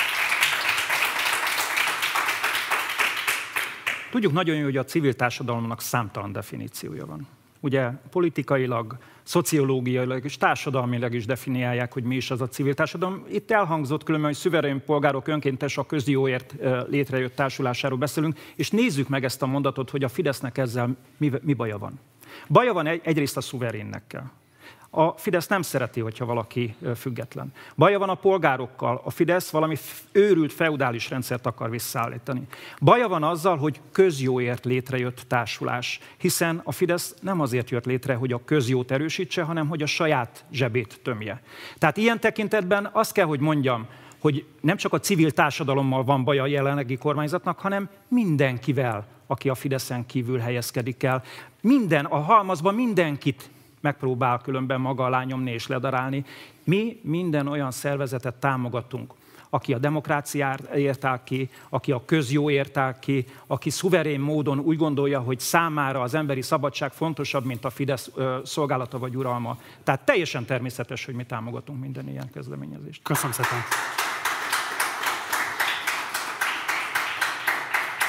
Tudjuk nagyon jó, hogy a civil társadalomnak számtalan definíciója van. Ugye politikailag, szociológiailag és társadalmilag is definiálják, hogy mi is az a civil társadalom. Itt elhangzott különben, hogy szüverén polgárok önkéntes a közjóért létrejött társulásáról beszélünk, és nézzük meg ezt a mondatot, hogy a Fidesznek ezzel mi, mi baja van. Baja van egy, egyrészt a szuverénnekkel. A Fidesz nem szereti, hogyha valaki független. Baja van a polgárokkal. A Fidesz valami őrült feudális rendszert akar visszaállítani. Baja van azzal, hogy közjóért létrejött társulás, hiszen a Fidesz nem azért jött létre, hogy a közjót erősítse, hanem hogy a saját zsebét tömje. Tehát ilyen tekintetben azt kell, hogy mondjam, hogy nem csak a civil társadalommal van baja a jelenlegi kormányzatnak, hanem mindenkivel, aki a Fideszen kívül helyezkedik el. Minden, a halmazban mindenkit megpróbál különben maga alá nyomni és ledarálni. Mi minden olyan szervezetet támogatunk, aki a demokráciáért áll ki, aki a közjóért áll ki, aki szuverén módon úgy gondolja, hogy számára az emberi szabadság fontosabb, mint a Fidesz ö, szolgálata vagy uralma. Tehát teljesen természetes, hogy mi támogatunk minden ilyen kezdeményezést. Köszönöm szépen.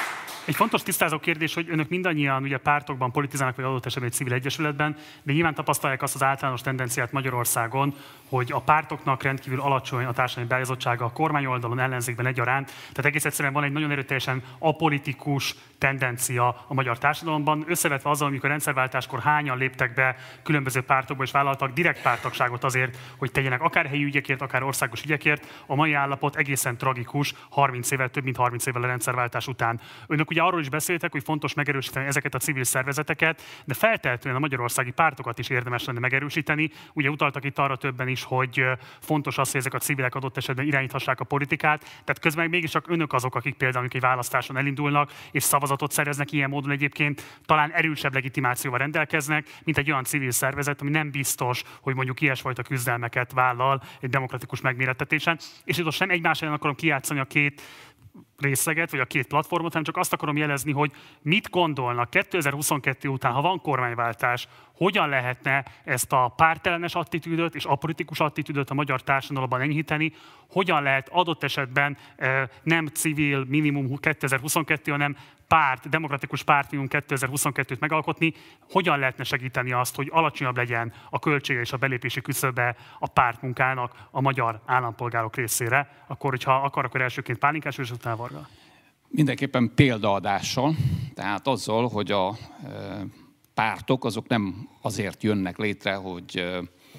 Egy fontos tisztázó kérdés, hogy önök mindannyian ugye pártokban politizálnak, vagy adott esetben egy civil egyesületben, de nyilván tapasztalják azt az általános tendenciát Magyarországon, hogy a pártoknak rendkívül alacsony a társadalmi beállítottsága a kormányoldalon, ellenzékben egyaránt. Tehát egész egyszerűen van egy nagyon erőteljesen apolitikus tendencia a magyar társadalomban, összevetve azzal, amikor a rendszerváltáskor hányan léptek be különböző pártokba és vállaltak direkt párttagságot azért, hogy tegyenek akár helyi ügyekért, akár országos ügyekért. A mai állapot egészen tragikus, harminc évvel, több mint harminc évvel a rendszerváltás után. Önök ugye arról is beszéltek, hogy fontos megerősíteni ezeket a civil szervezeteket, de feltehetően a magyarországi pártokat is érdemes lenne megerősíteni. Ugye utaltak itt arra többen is, hogy fontos az, hogy ezek a civilek adott esetben irányíthassák a politikát. Tehát közben mégiscsak önök azok, akik például egy választáson elindulnak és szavazatot szereznek, ilyen módon egyébként talán erősebb legitimációval rendelkeznek, mint egy olyan civil szervezet, ami nem biztos, hogy mondjuk ilyesfajta küzdelmeket vállal egy demokratikus megmérettetésen. És itt most nem egymás ellen akarom kijátszani a két részleget, vagy a két platformot, hanem csak azt akarom jelezni, hogy mit gondolnak kétezer-huszonkettő után, ha van kormányváltás, hogyan lehetne ezt a pártellenes attitűdöt és apolitikus attitűdöt a magyar társadalomban enyhíteni, hogyan lehet adott esetben nem civil minimum kétezer-huszonkettő, hanem párt, demokratikus párt minimum kétezer-huszonkettőt megalkotni, hogyan lehetne segíteni azt, hogy alacsonyabb legyen a költsége és a belépési küszöbe a pártmunkának a magyar állampolgárok részére. Akkor, hogyha akar, akkor elsőként Pálinkás és utána Varga. Mindenképpen példaadással, tehát azzal, hogy a pártok azok nem azért jönnek létre, hogy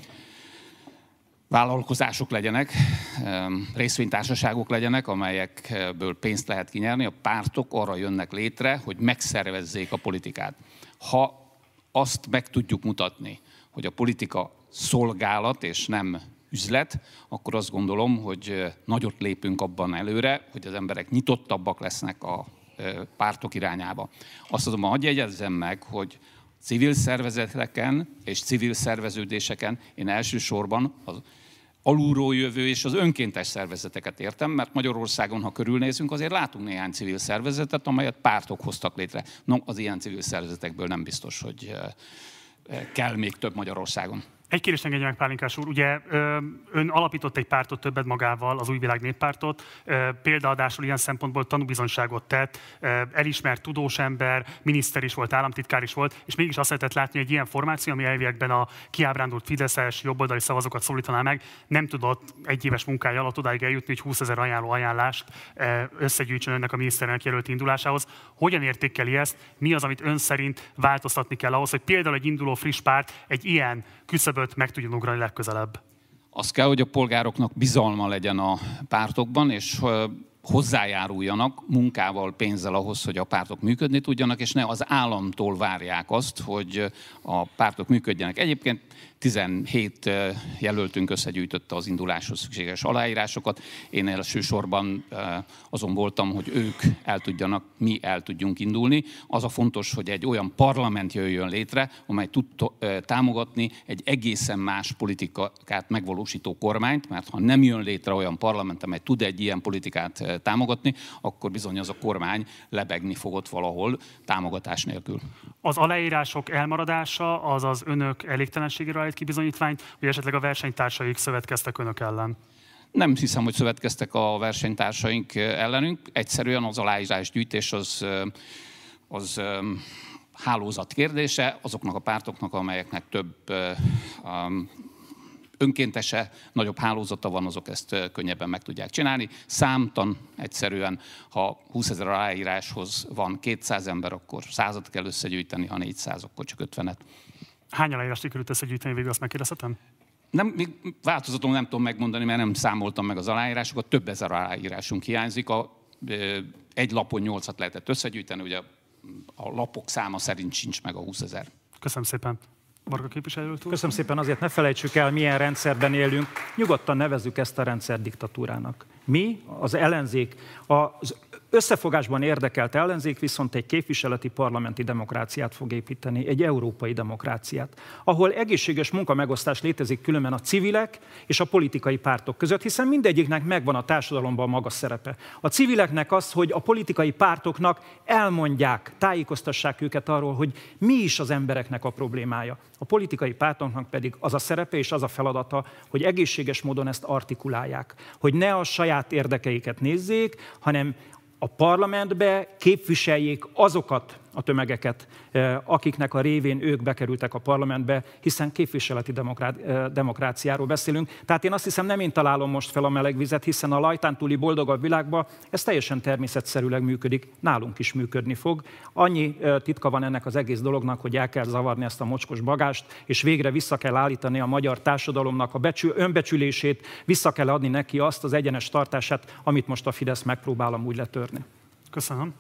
vállalkozások legyenek, részvénytársaságok legyenek, amelyekből pénzt lehet kinyerni. A pártok arra jönnek létre, hogy megszervezzék a politikát. Ha azt meg tudjuk mutatni, hogy a politika szolgálat és nem üzlet, akkor azt gondolom, hogy nagyot lépünk abban előre, hogy az emberek nyitottabbak lesznek a pártok irányába. Azt azonban hadd jegyezzem meg, hogy civil szervezeteken és civil szerveződéseken én elsősorban az alulról jövő és az önkéntes szervezeteket értem, mert Magyarországon, ha körülnézünk, azért látunk néhány civil szervezetet, amelyet pártok hoztak létre. No, az ilyen civil szervezetekből nem biztos, hogy kell még több Magyarországon. Egy kérdést engedje meg, Pálinkás úr. Ugye ön alapított egy pártot többet magával, az Új Világ Néppártot. Példaadásul ilyen szempontból tanúbizonyságot tett, elismert tudós ember, miniszter is volt, államtitkár is volt, és mégis azt lehetett látni, hogy egy ilyen formáció, ami elviekben a kiábrándult fideszes, jobboldali szavazókat szólítaná meg, nem tudott egy éves munkája alatt odáig eljutni, hogy húszezer ajánló ajánlást összegyűjtsön önnek a miniszterelnök jelölt indulásához. Hogyan értékeli ezt? Mi az, amit ön szerint változtatni kell ahhoz, hogy például egy induló friss párt egy ilyen küszöböt meg tudjon ugrani legközelebb? Az kell, hogy a polgároknak bizalma legyen a pártokban, és hozzájáruljanak munkával, pénzzel ahhoz, hogy a pártok működni tudjanak, és ne az államtól várják azt, hogy a pártok működjenek. Egyébként tizenhét jelöltünk összegyűjtötte az induláshoz szükséges aláírásokat. Én elsősorban azon voltam, hogy ők el tudjanak, mi el tudjunk indulni. Az a fontos, hogy egy olyan parlament jöjjön létre, amely tud támogatni egy egészen más politikát megvalósító kormányt, mert ha nem jön létre olyan parlament, amely tud egy ilyen politikát támogatni, akkor bizony az a kormány lebegni fogott valahol támogatás nélkül. Az aláírások elmaradása az az önök elégtelenségére állít ki bizonyítványt, vagy esetleg a versenytársaik szövetkeztek önök ellen? Nem hiszem, hogy szövetkeztek a versenytársaink ellenünk. Egyszerűen az aláírásgyűjtés az, az hálózat kérdése azoknak a pártoknak, amelyeknek több um, önkéntese, nagyobb hálózata van, azok ezt könnyebben meg tudják csinálni. Számtan egyszerűen, ha húszezer aláíráshoz van kétszáz ember, akkor százat kell összegyűjteni, ha négyszáz, akkor csak ötvenet. Hány aláírást sikerült összegyűjteni végül, azt megkérdezhetem? Nem, még változaton nem tudom megmondani, mert nem számoltam meg az aláírásokat. Több ezer aláírásunk hiányzik. A, egy lapon nyolcat lehetett összegyűjteni, ugye a lapok száma szerint sincs meg a húszezer. Köszönöm szépen. Varga képviselőt úr. Köszönöm szépen, azért ne felejtsük el, milyen rendszerben élünk. Nyugodtan nevezzük ezt a rendszer diktatúrának. Mi, az ellenzék, az összefogásban érdekelt ellenzék viszont egy képviseleti parlamenti demokráciát fog építeni, egy európai demokráciát, ahol egészséges munkamegosztás létezik különben a civilek és a politikai pártok között, hiszen mindegyiknek megvan a társadalomban maga szerepe. A civileknek az, hogy a politikai pártoknak elmondják, tájékoztassák őket arról, hogy mi is az embereknek a problémája. A politikai pártoknak pedig az a szerepe és az a feladata, hogy egészséges módon ezt artikulálják, hogy ne a saját érdekeiket nézzék, hanem a parlamentbe képviseljék azokat a tömegeket, akiknek a révén ők bekerültek a parlamentbe, hiszen képviseleti demokrá- demokráciáról beszélünk. Tehát én azt hiszem, nem én találom most fel a meleg vizet, hiszen a lajtán túli boldogabb világban ez teljesen természetszerűleg működik, nálunk is működni fog. Annyi titka van ennek az egész dolognak, hogy el kell zavarni ezt a mocskos bagást, és végre vissza kell állítani a magyar társadalomnak a becsül- önbecsülését, vissza kell adni neki azt az egyenes tartását, amit most a Fidesz megpróbál amúgy letörni. Köszönöm.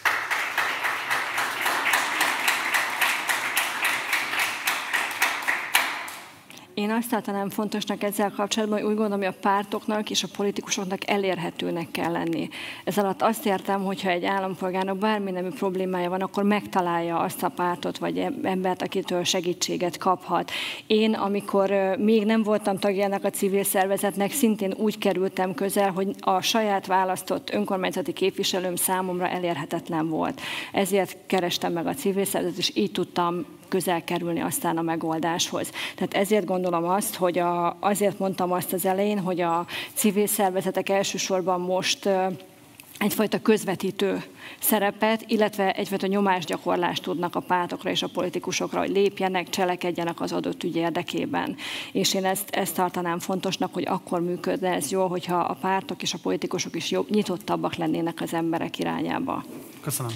Én azt tartanám fontosnak ezzel kapcsolatban, hogy úgy gondolom, hogy a pártoknak és a politikusoknak elérhetőnek kell lenni. Ez alatt azt értem, hogyha egy állampolgárnak bármi nemű problémája van, akkor megtalálja azt a pártot vagy embert, akitől segítséget kaphat. Én, amikor még nem voltam tagja ennek a civil szervezetnek, szintén úgy kerültem közel, hogy a saját választott önkormányzati képviselőm számomra elérhetetlen volt. Ezért kerestem meg a civil szervezetet, és így tudtam közel kerülni aztán a megoldáshoz. Tehát ezért gondolom azt, hogy a, azért mondtam azt az elején, hogy a civil szervezetek elsősorban most egyfajta közvetítő szerepet, illetve egyfajta nyomásgyakorlást tudnak a pártokra és a politikusokra, hogy lépjenek, cselekedjenek az adott ügy érdekében. És én ezt, ezt tartanám fontosnak, hogy akkor működne ez jól, hogyha a pártok és a politikusok is jobb, nyitottabbak lennének az emberek irányába. Köszönöm.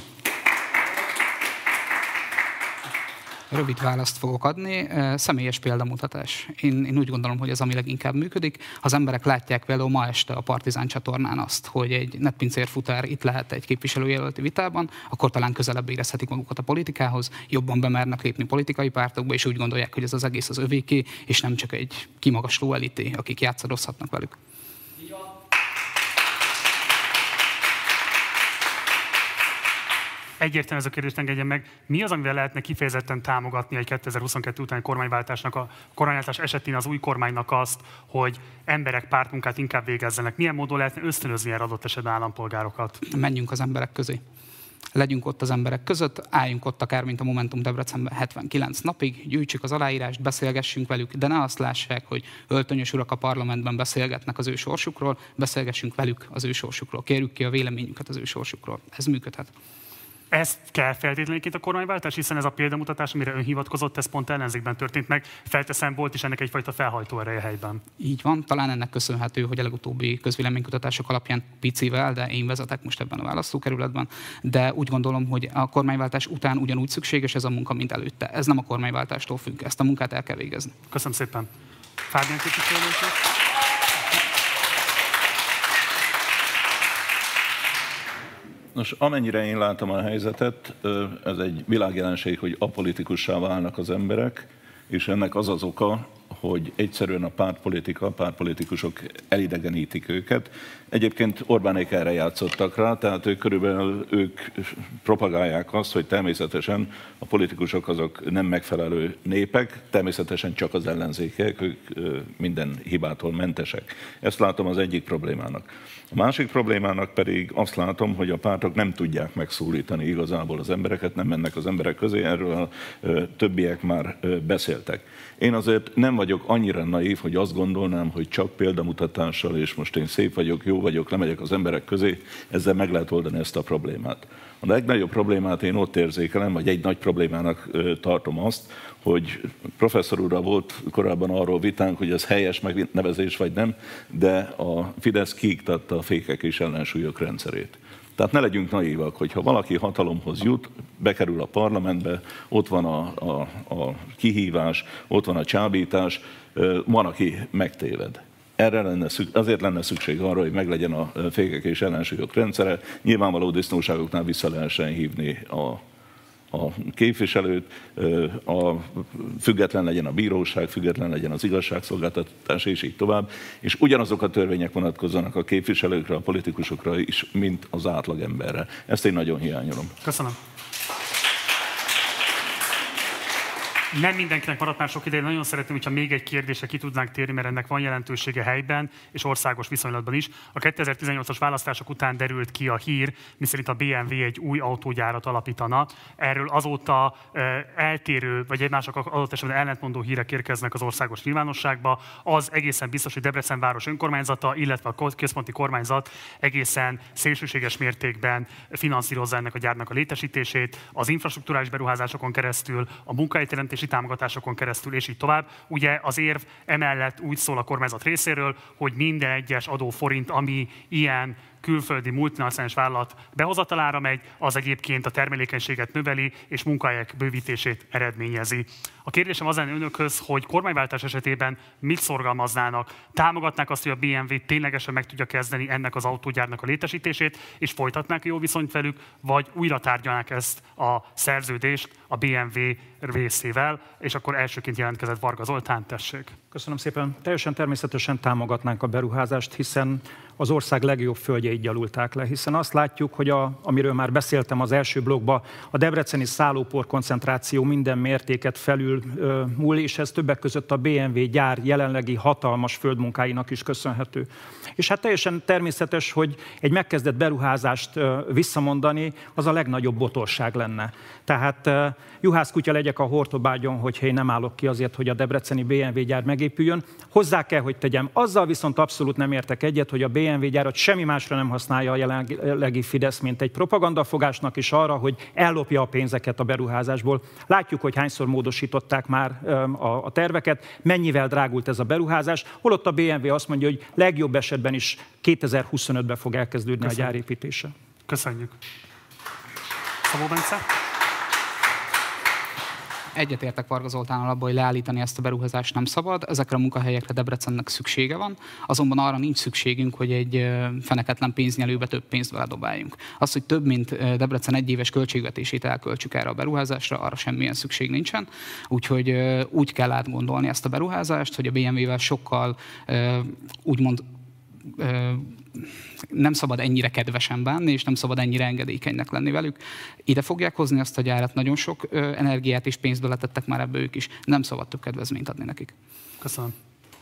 Rövid választ fogok adni. Személyes példamutatás. Én, én úgy gondolom, hogy ez ami leginkább működik. Ha az emberek látják például ma este a Partizán csatornán azt, hogy egy netpincérfutár itt lehet egy képviselőjelölti vitában, akkor talán közelebb érezhetik magukat a politikához, jobban bemernek lépni politikai pártokba, és úgy gondolják, hogy ez az egész az övéké, és nem csak egy kimagasló elité, akik játszadozhatnak velük. Egyértelműen ez a kérdést engedjen meg. Mi az, amivel lehetne kifejezetten támogatni egy kétezer-huszonkettő utáni kormányváltásnak, a kormányváltás esetén az új kormánynak azt, hogy emberek pártmunkát inkább végezzenek? Milyen módon lehetne ösztönözni erre adott esetben állampolgárokat? Menjünk az emberek közé. Legyünk ott az emberek között, álljunk ott akár, mint a Momentum Debrecenben hetvenkilenc napig, gyűjtsük az aláírást, beszélgessünk velük, de ne azt lássák, hogy öltönyös urak a parlamentben beszélgetnek az ő sorsukról, beszélgessünk velük az ő sorsukról, kérjük ki a véleményüket az ő sorsukról. Ez működhet. Ezt kell feltétlenként a kormányváltás, hiszen ez a példamutatás, amire ön hivatkozott, ez pont ellenzékben történt meg. Felteszem, volt is ennek egyfajta felhajtó ereje helyben. Így van, talán ennek köszönhető, hogy a legutóbbi közvéleménykutatások alapján picivel, de én vezetek most ebben a választókerületben, de úgy gondolom, hogy a kormányváltás után ugyanúgy szükséges ez a munka, mint előtte. Ez nem a kormányváltástól függ, ezt a munkát el kell végezni. Köszönöm szépen. Fábián képviselő. Nos, amennyire én látom a helyzetet, ez egy világjelenség, hogy apolitikussá válnak az emberek, és ennek az az oka, hogy egyszerűen a pártpolitika, a pártpolitikusok elidegenítik őket. Egyébként Orbánék erre játszottak rá, tehát ők körülbelül ők propagálják azt, hogy természetesen a politikusok azok nem megfelelő népek, természetesen csak az ellenzékek, ők minden hibától mentesek. Ezt látom az egyik problémának. A másik problémának pedig azt látom, hogy a pártok nem tudják megszólítani igazából az embereket, nem mennek az emberek közé, erről a többiek már beszéltek. Én azért nem vagyok annyira naív, hogy azt gondolnám, hogy csak példamutatással, és most én szép vagyok, jó vagyok, lemegyek az emberek közé, ezzel meg lehet oldani ezt a problémát. A legnagyobb problémát én ott érzékelem, vagy egy nagy problémának tartom azt, hogy professzor úrral volt korábban arról vitánk, hogy ez helyes megnevezés vagy nem, de a Fidesz kiiktatta a fékek és ellensúlyok rendszerét. Tehát ne legyünk naívak, hogyha valaki hatalomhoz jut, bekerül a parlamentbe, ott van a, a, a kihívás, ott van a csábítás, van, aki megtéved. Erre lenne szükség, azért lenne szükség arra, hogy meglegyen a fékek és ellensúlyok rendszere. Nyilvánvaló disznóságoknál vissza lehessen hívni a, a képviselőt, a, független legyen a bíróság, független legyen az igazságszolgáltatás, és így tovább. És ugyanazok a törvények vonatkozzanak a képviselőkre, a politikusokra is, mint az átlagemberre. Ezt én nagyon hiányolom. Köszönöm. Nem mindenkinek maradt már sok ideje, nagyon szeretném, hogyha még egy kérdésre ki tudnánk térni, mert ennek van jelentősége helyben és országos viszonylatban is. A kétezer-tizennyolcas választások után derült ki a hír, miszerint a bé em vé egy új autógyárat alapítana. Erről azóta e, eltérő, vagy egymások adott esetben ellentmondó hírek érkeznek az országos nyilvánosságba. Az egészen biztos, hogy Debrecen város önkormányzata, illetve a központi kormányzat egészen szélsőséges mértékben finanszírozza ennek a gyárnak a létesítését, az infrastrukturális beruházásokon keresztül, a munkahelyteremtési támogatásokon keresztül, és így tovább. Ugye az érv emellett úgy szól a kormányzat részéről, hogy minden egyes adóforint, ami ilyen külföldi multinacionális vállalat behozatalára megy, az egyébként a termelékenységet növeli és munkahelyek bővítését eredményezi. A kérdésem az lenne önökhöz, hogy kormányváltás esetében mit szorgalmaznának? Támogatnák azt, hogy a bé em vé ténylegesen meg tudja kezdeni ennek az autógyárnak a létesítését, és folytatnák a jó viszonyt velük, vagy újra tárgyalnák ezt a szerződést a bé em vé részével, és akkor elsőként jelentkezett Varga Zoltán, tessék. Köszönöm szépen. Teljesen természetesen támogatnánk a beruházást, hiszen az ország legjobb földjeit gyalulták le, hiszen azt látjuk, hogy a, amiről már beszéltem az első blokkban, a debreceni szállópor koncentráció minden mértéket felül ö, múl, és ez többek között a bé em vé gyár jelenlegi hatalmas földmunkáinak is köszönhető. És hát teljesen természetes, hogy egy megkezdett beruházást ö, visszamondani, az a legnagyobb botorság lenne. Tehát ö, juhászkutya legyek a hortobágyon, hogyha én nem állok ki azért, hogy a debreceni bé em vé gyár megépüljön. Hozzá kell, hogy tegyem. Azzal viszont abszolút nem értek egyet, hogy a bé em vé gyárat semmi másra nem használja a jelenlegi Fidesz, mint egy propagandafogásnak is arra, hogy ellopja a pénzeket a beruházásból. Látjuk, hogy hányszor módosították már a terveket, mennyivel drágult ez a beruházás, holott a bé em vé azt mondja, hogy legjobb esetben is kétezer-huszonötben fog elkezdődni Köszönjük. a gyár építése. Köszönjük. Szabó Bence? Egyetértek Varga Zoltánnal abban, hogy leállítani ezt a beruházást nem szabad. Ezekre a munkahelyekre Debrecennek szüksége van, azonban arra nincs szükségünk, hogy egy feneketlen pénznyelőbe több pénzt beledobáljunk. Az, hogy több mint Debrecen egyéves költségvetését elköltsük erre a beruházásra, arra semmilyen szükség nincsen. Úgyhogy úgy kell átgondolni ezt a beruházást, hogy a bé em vé-vel sokkal úgymond nem szabad ennyire kedvesen bánni, és nem szabad ennyire engedékenynek lenni velük. Ide fogják hozni ezt a gyárat, nagyon sok energiát és pénzt beletettek már ebbe ők is. Nem szabad több kedvezményt adni nekik. Köszönöm.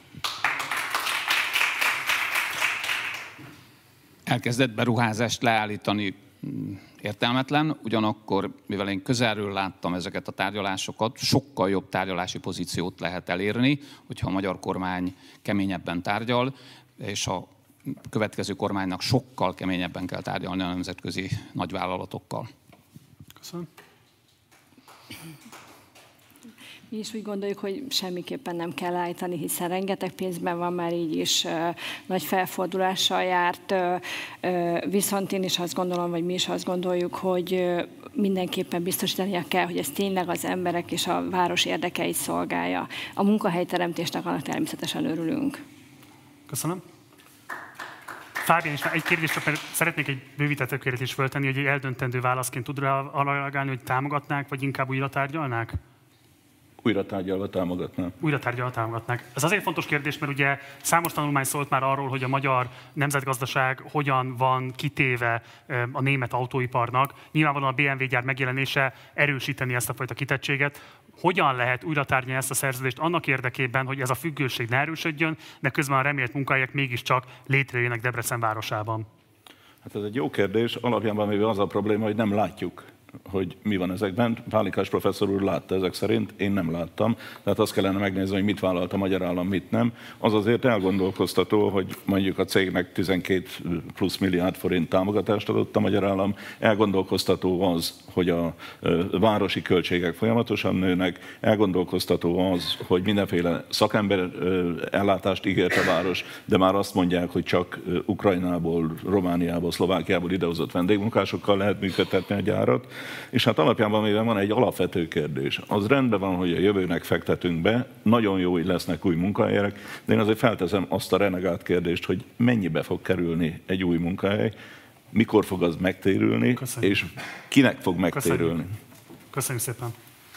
Elkezdett beruházást leállítani értelmetlen, ugyanakkor, mivel én közelről láttam ezeket a tárgyalásokat, sokkal jobb tárgyalási pozíciót lehet elérni, hogyha a magyar kormány keményebben tárgyal, és a következő kormánynak sokkal keményebben kell tárgyalni a nemzetközi nagyvállalatokkal. Köszönöm. Mi is úgy gondoljuk, hogy semmiképpen nem kell állítani, hiszen rengeteg pénzben van már így is, uh, nagy felfordulással járt, uh, uh, viszont én is azt gondolom, vagy mi is azt gondoljuk, hogy uh, mindenképpen biztosítania kell, hogy ez tényleg az emberek és a város érdekeit szolgálja. A munkahelyteremtésnek annak természetesen örülünk. Köszönöm. Fábián is egy kérdést, csak mert szeretnék egy bővített kérdést is föltenni, hogy egy eldöntendő válaszként tud arra reagálni, hogy támogatnák, vagy inkább újra tárgyalnák? Újra tárgyalva támogatnám. Újra tárgyalva támogatnák. Ez azért fontos kérdés, mert ugye számos tanulmány szólt már arról, hogy a magyar nemzetgazdaság hogyan van kitéve a német autóiparnak. Nyilvánvalóan a bé em vé gyár megjelenése erősíteni ezt a fajta kitettséget. Hogyan lehet újra tárgyalni ezt a szerződést annak érdekében, hogy ez a függőség ne erősödjön, de közben a remélt munkahelyek mégiscsak létrejöjjenek Debrecen városában? Hát ez egy jó kérdés. Alapjában véve az a probléma, hogy nem látjuk, hogy mi van ezekben. Pálinkás professzor úr látta ezek szerint, én nem láttam. Tehát azt kellene megnézni, hogy mit vállalt a magyar állam, mit nem. Az azért elgondolkoztató, hogy mondjuk a cégnek tizenkét plusz milliárd forint támogatást adott a magyar állam. Elgondolkoztató az, hogy a városi költségek folyamatosan nőnek. Elgondolkoztató az, hogy mindenféle szakember ellátást ígért a város, de már azt mondják, hogy csak Ukrajnából, Romániából, Szlovákiából idehozott vendégmunkásokkal lehet működtetni a gyárat. És hát alapjában mivel van egy alapvető kérdés. Az rendben van, hogy a jövőnek fektetünk be, nagyon jó, hogy lesznek új munkahelyek, de én azért felteszem azt a renegált kérdést, hogy mennyibe fog kerülni egy új munkahely, mikor fog az megtérülni, Köszönjük. és kinek fog megtérülni. Köszönjük, Köszönjük szépen.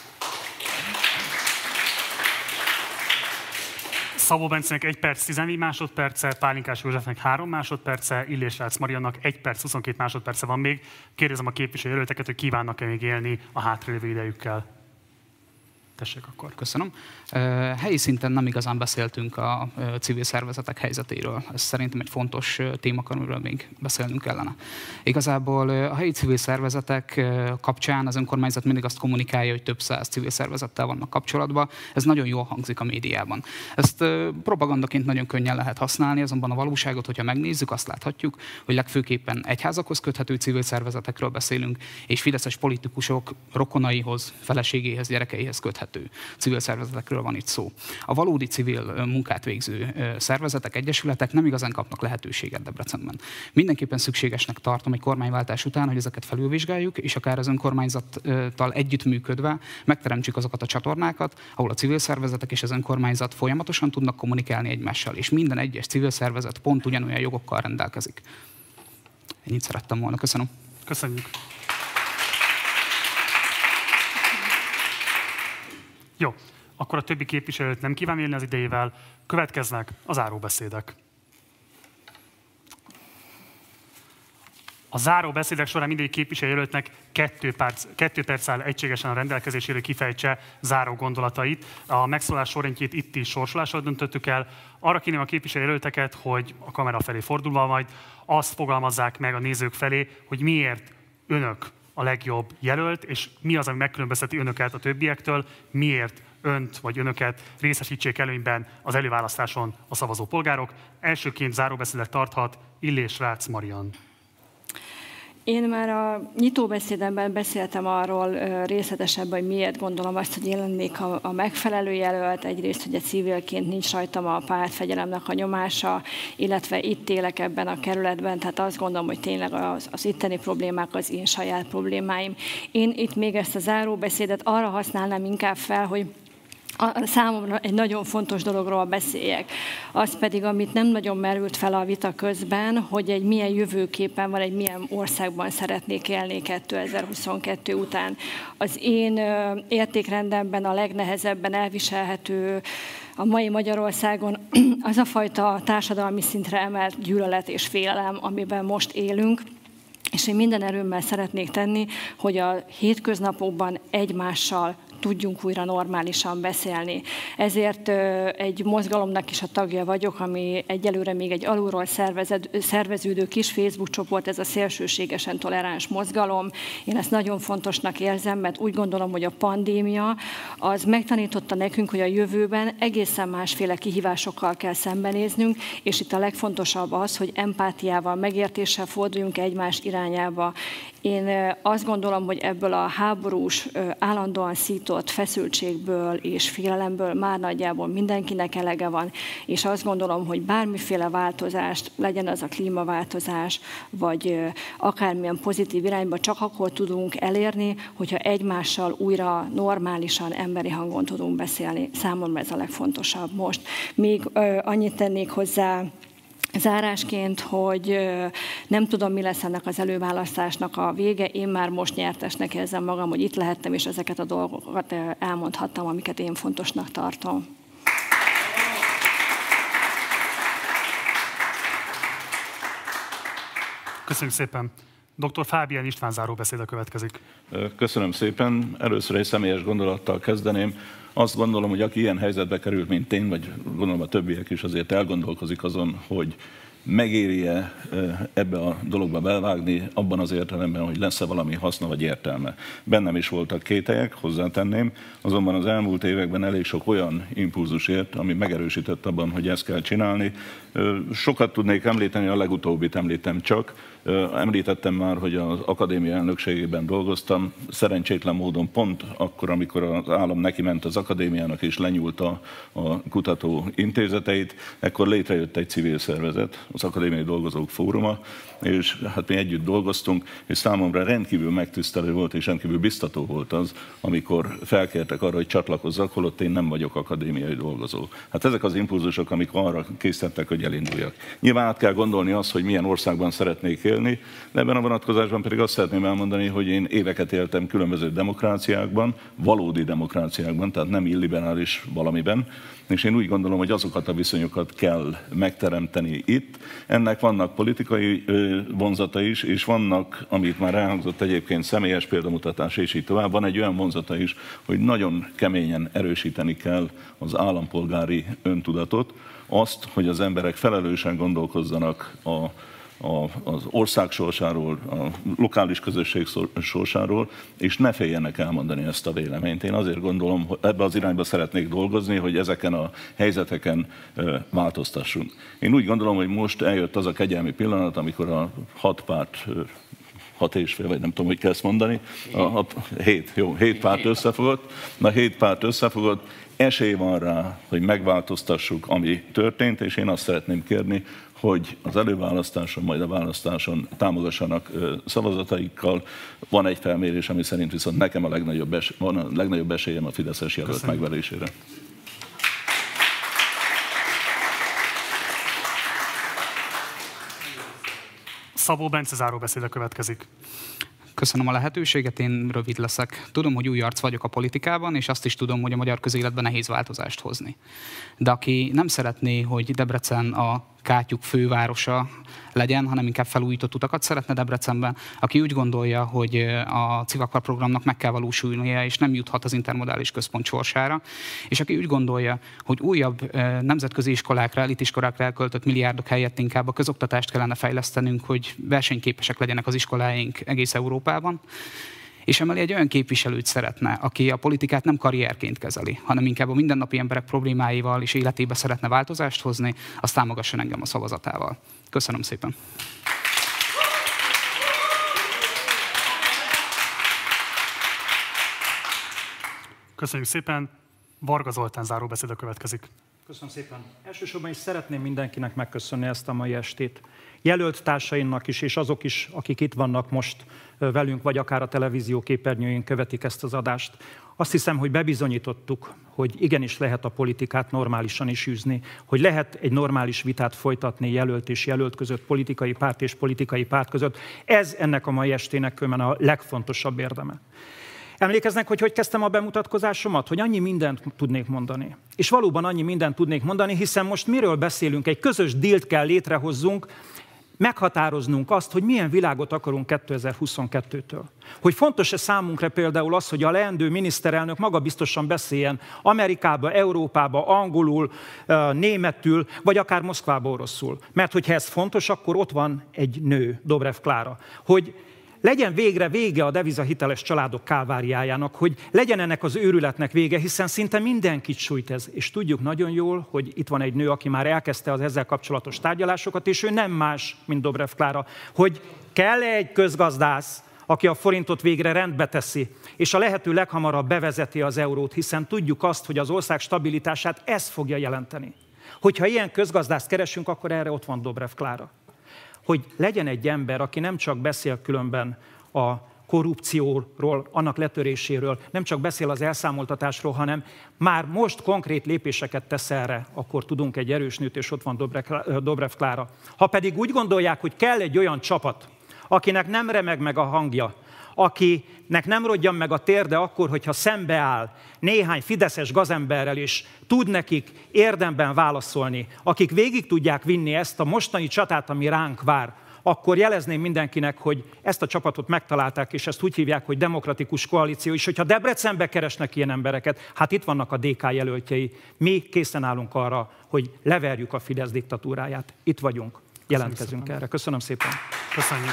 Szabó Bencének egy perc tizennégy másodperce, Pálinkás Józsefnek három másodperce, Illés Rácz Mariannak egy perc huszonkettő másodperce van még. Kérdezem a képviselőjelölteket, hogy kívánnak-e még élni a hátralévő idejükkel. Tessék akkor. Köszönöm. Helyi szinten nem igazán beszéltünk a civil szervezetek helyzetéről. Ez szerintem egy fontos téma, amiről még beszélnünk kellene. Igazából a helyi civil szervezetek kapcsán az önkormányzat mindig azt kommunikálja, hogy több száz civil szervezettel vannak kapcsolatban. Ez nagyon jól hangzik a médiában. Ezt propagandaként nagyon könnyen lehet használni, azonban a valóságot, hogyha megnézzük, azt láthatjuk, hogy legfőképpen egyházakhoz köthető civil szervezetekről beszélünk, és fideszes politikusok rokonaihoz, feleségéhez, gyerekeihez köthető civil szervezetekről van itt szó. A valódi civil munkát végző szervezetek, egyesületek nem igazán kapnak lehetőséget Debrecenben. Mindenképpen szükségesnek tartom egy kormányváltás után, hogy ezeket felülvizsgáljuk, és akár az önkormányzattal együttműködve megteremtsük azokat a csatornákat, ahol a civil szervezetek és az önkormányzat folyamatosan tudnak kommunikálni egymással, és minden egyes civil szervezet pont ugyanolyan jogokkal rendelkezik. Ennyit szerettem volna. Köszönöm. Köszönjük. Jó, akkor a többi képviselőt nem kíván élni az idejével, következnek a záróbeszédek. A záróbeszédek során mindegyik képviselőjelöltnek kettő perc, kettő perc áll egységesen a rendelkezésére, kifejtse záró gondolatait. A megszólás sorrendjét itt is sorsolással döntöttük el. Arra kérném a képviselőjelölteket, hogy a kamera felé fordulva majd azt fogalmazzák meg a nézők felé, hogy miért önök a legjobb jelölt, és mi az, ami megkülönbözteti önöket a többiektől, miért önt vagy önöket részesítsék előnyben az előválasztáson a szavazó polgárok. Elsőként záróbeszédet tarthat Illés Rácz Marian. Én már a nyitóbeszédemben beszéltem arról részletesebben, hogy miért gondolom azt, hogy én lennék a, a megfelelő jelölt. Egyrészt, hogy egy civilként nincs rajtam a pártfegyelemnek a nyomása, illetve itt élek ebben a kerületben, tehát azt gondolom, hogy tényleg az, az itteni problémák az én saját problémáim. Én itt még ezt a záróbeszédet arra használnám inkább fel, hogy a számomra egy nagyon fontos dologról beszéljek. Az pedig, amit nem nagyon merült fel a vita közben, hogy egy milyen jövőképen van, egy milyen országban szeretnék élni kétezer-huszonkettő után. Az én értékrendemben a legnehezebben elviselhető a mai Magyarországon az a fajta társadalmi szintre emelt gyűlölet és félelem, amiben most élünk. És én minden erőmmel szeretnék tenni, hogy a hétköznapokban egymással tudjunk újra normálisan beszélni. Ezért egy mozgalomnak is a tagja vagyok, ami egyelőre még egy alulról szerveződő kis Facebook csoport, ez a szélsőségesen toleráns mozgalom. Én ezt nagyon fontosnak érzem, mert úgy gondolom, hogy a pandémia az megtanította nekünk, hogy a jövőben egészen másféle kihívásokkal kell szembenéznünk, és itt a legfontosabb az, hogy empátiával, megértéssel forduljunk egymás irányába. Én azt gondolom, hogy ebből a háborús, állandóan szított feszültségből és félelemből már nagyjából mindenkinek elege van, és azt gondolom, hogy bármiféle változást, legyen az a klímaváltozás, vagy akármilyen pozitív irányba csak akkor tudunk elérni, hogyha egymással újra normálisan, emberi hangon tudunk beszélni. Számomra ez a legfontosabb most. Még annyit tennék hozzá, zárásként, hogy nem tudom, mi lesz ennek az előválasztásnak a vége. Én már most nyertesnek érzem magam, hogy itt lehettem, és ezeket a dolgokat elmondhattam, amiket én fontosnak tartom. Köszönjük szépen. doktor Fábián István záróbeszéde következik. Köszönöm szépen. Először egy személyes gondolattal kezdeném. Azt gondolom, hogy aki ilyen helyzetbe került, mint én, vagy gondolom a többiek is azért elgondolkozik azon, hogy megéri-e ebbe a dologba belvágni, abban az értelemben, hogy lesz-e valami haszna vagy értelme. Bennem is voltak kételyek, hozzátenném, azonban az elmúlt években elég sok olyan impulzus ért, ami megerősített abban, hogy ezt kell csinálni. Sokat tudnék említeni, a legutóbbit említem csak. Említettem már, hogy az akadémia elnökségében dolgoztam. Szerencsétlen módon pont akkor, amikor az állam neki ment az akadémiának és lenyúlta a kutató intézeteit, ekkor létrejött egy civil szervezet, az Akadémiai Dolgozók Fóruma, és hát mi együtt dolgoztunk, és számomra rendkívül megtisztelő volt és rendkívül biztató volt az, amikor felkértek arra, hogy csatlakozzak, holott én nem vagyok akadémiai dolgozó. Hát ezek az impulzusok, amik arra készítettek, hogy elinduljak. Nyilván át kell gondolni azt, hogy milyen országban szeretnék élni, de ebben a vonatkozásban pedig azt szeretném elmondani, hogy én éveket éltem különböző demokráciákban, valódi demokráciákban, tehát nem illiberális valamiben, és én úgy gondolom, hogy azokat a viszonyokat kell megteremteni itt, Ennek vannak politikai vonzata is, és vannak, amit már elhangzott egyébként, személyes példamutatás, és így tovább, van egy olyan vonzata is, hogy nagyon keményen erősíteni kell az állampolgári öntudatot, azt, hogy az emberek felelősen gondolkozzanak a az ország sorsáról, a lokális közösség sorsáról, és ne féljenek elmondani ezt a véleményt. Én azért gondolom, hogy ebbe az irányba szeretnék dolgozni, hogy ezeken a helyzeteken változtassunk. Én úgy gondolom, hogy most eljött az a kegyelmi pillanat, amikor a hat párt, hat és fél, vagy nem tudom, hogy kell ezt mondani, a, a, hét, jó, hét párt összefogott, na hét párt összefogott, esély van rá, hogy megváltoztassuk, ami történt, és én azt szeretném kérni, hogy az előválasztáson, majd a választáson támogassanak szavazataikkal. Van egy felmérés, ami szerint viszont nekem a legnagyobb, es- van a legnagyobb esélyem a fideszes jelölt Köszönjük. megverésére. Szabó Bence záróbeszéde következik. Köszönöm a lehetőséget, én rövid leszek. Tudom, hogy új arc vagyok a politikában, és azt is tudom, hogy a magyar közéletben nehéz változást hozni. De aki nem szeretné, hogy Debrecen a kátyuk fővárosa legyen, hanem inkább felújított utakat szeretne Debrecenben, aki úgy gondolja, hogy a Civakar programnak meg kell valósulnia, és nem juthat az intermodális központ sorsára, és aki úgy gondolja, hogy újabb nemzetközi iskolákra, elitiskolákra elköltött milliárdok helyett inkább a közoktatást kellene fejlesztenünk, hogy versenyképesek legyenek az iskoláink egész Európában, és emellé egy olyan képviselőt szeretne, aki a politikát nem karrierként kezeli, hanem inkább a mindennapi emberek problémáival és életébe szeretne változást hozni, azt támogasson engem a szavazatával. Köszönöm szépen! Köszönjük szépen! Varga Zoltán záróbeszéde következik. Köszönöm szépen. Elsősorban is szeretném mindenkinek megköszönni ezt a mai estét. Jelölt társaimnak is, és azok is, akik itt vannak most velünk, vagy akár a televízió képernyőjén követik ezt az adást. Azt hiszem, hogy bebizonyítottuk, hogy igenis lehet a politikát normálisan is űzni, hogy lehet egy normális vitát folytatni jelölt és jelölt között, politikai párt és politikai párt között. Ez ennek a mai estének különben a legfontosabb érdeme. Emlékeznek, hogy hogy kezdtem a bemutatkozásomat? Hogy annyi mindent tudnék mondani. És valóban annyi mindent tudnék mondani, hiszen most miről beszélünk? Egy közös dílt kell létrehozzunk, meghatároznunk azt, hogy milyen világot akarunk kétezer-huszonkettőtől. Hogy fontos-e számunkra például az, hogy a leendő miniszterelnök maga biztosan beszéljen Amerikába, Európába, angolul, németül, vagy akár Moszkvába oroszul. Mert hogyha ez fontos, akkor ott van egy nő, Dobrev Klára. Hogy legyen végre vége a devizahiteles családok kálváriájának, hogy legyen ennek az őrületnek vége, hiszen szinte mindenkit sújt ez. És tudjuk nagyon jól, hogy itt van egy nő, aki már elkezdte az ezzel kapcsolatos tárgyalásokat, és ő nem más, mint Dobrev Klára. Hogy kell-e egy közgazdász, aki a forintot végre rendbe teszi, és a lehető leghamarabb bevezeti az eurót, hiszen tudjuk azt, hogy az ország stabilitását ez fogja jelenteni. Hogyha ilyen közgazdászt keresünk, akkor erre ott van Dobrev Klára. Hogy legyen egy ember, aki nem csak beszél különben a korrupcióról, annak letöréséről, nem csak beszél az elszámoltatásról, hanem már most konkrét lépéseket tesz erre, akkor tudunk egy erős nőt, és ott van Dobrev Klára. Ha pedig úgy gondolják, hogy kell egy olyan csapat, akinek nem remeg meg a hangja, akinek nem rodjan meg a térde akkor, hogyha szembeáll néhány fideszes gazemberrel, és tud nekik érdemben válaszolni, akik végig tudják vinni ezt a mostani csatát, ami ránk vár, akkor jelezném mindenkinek, hogy ezt a csapatot megtalálták, és ezt úgy hívják, hogy demokratikus koalíció, és hogyha Debrecenbe keresnek ilyen embereket, hát itt vannak a dé ká jelöltjei. Mi készen állunk arra, hogy leverjük a Fidesz diktatúráját. Itt vagyunk, jelentkezünk erre. Köszönöm szépen. Köszönjük.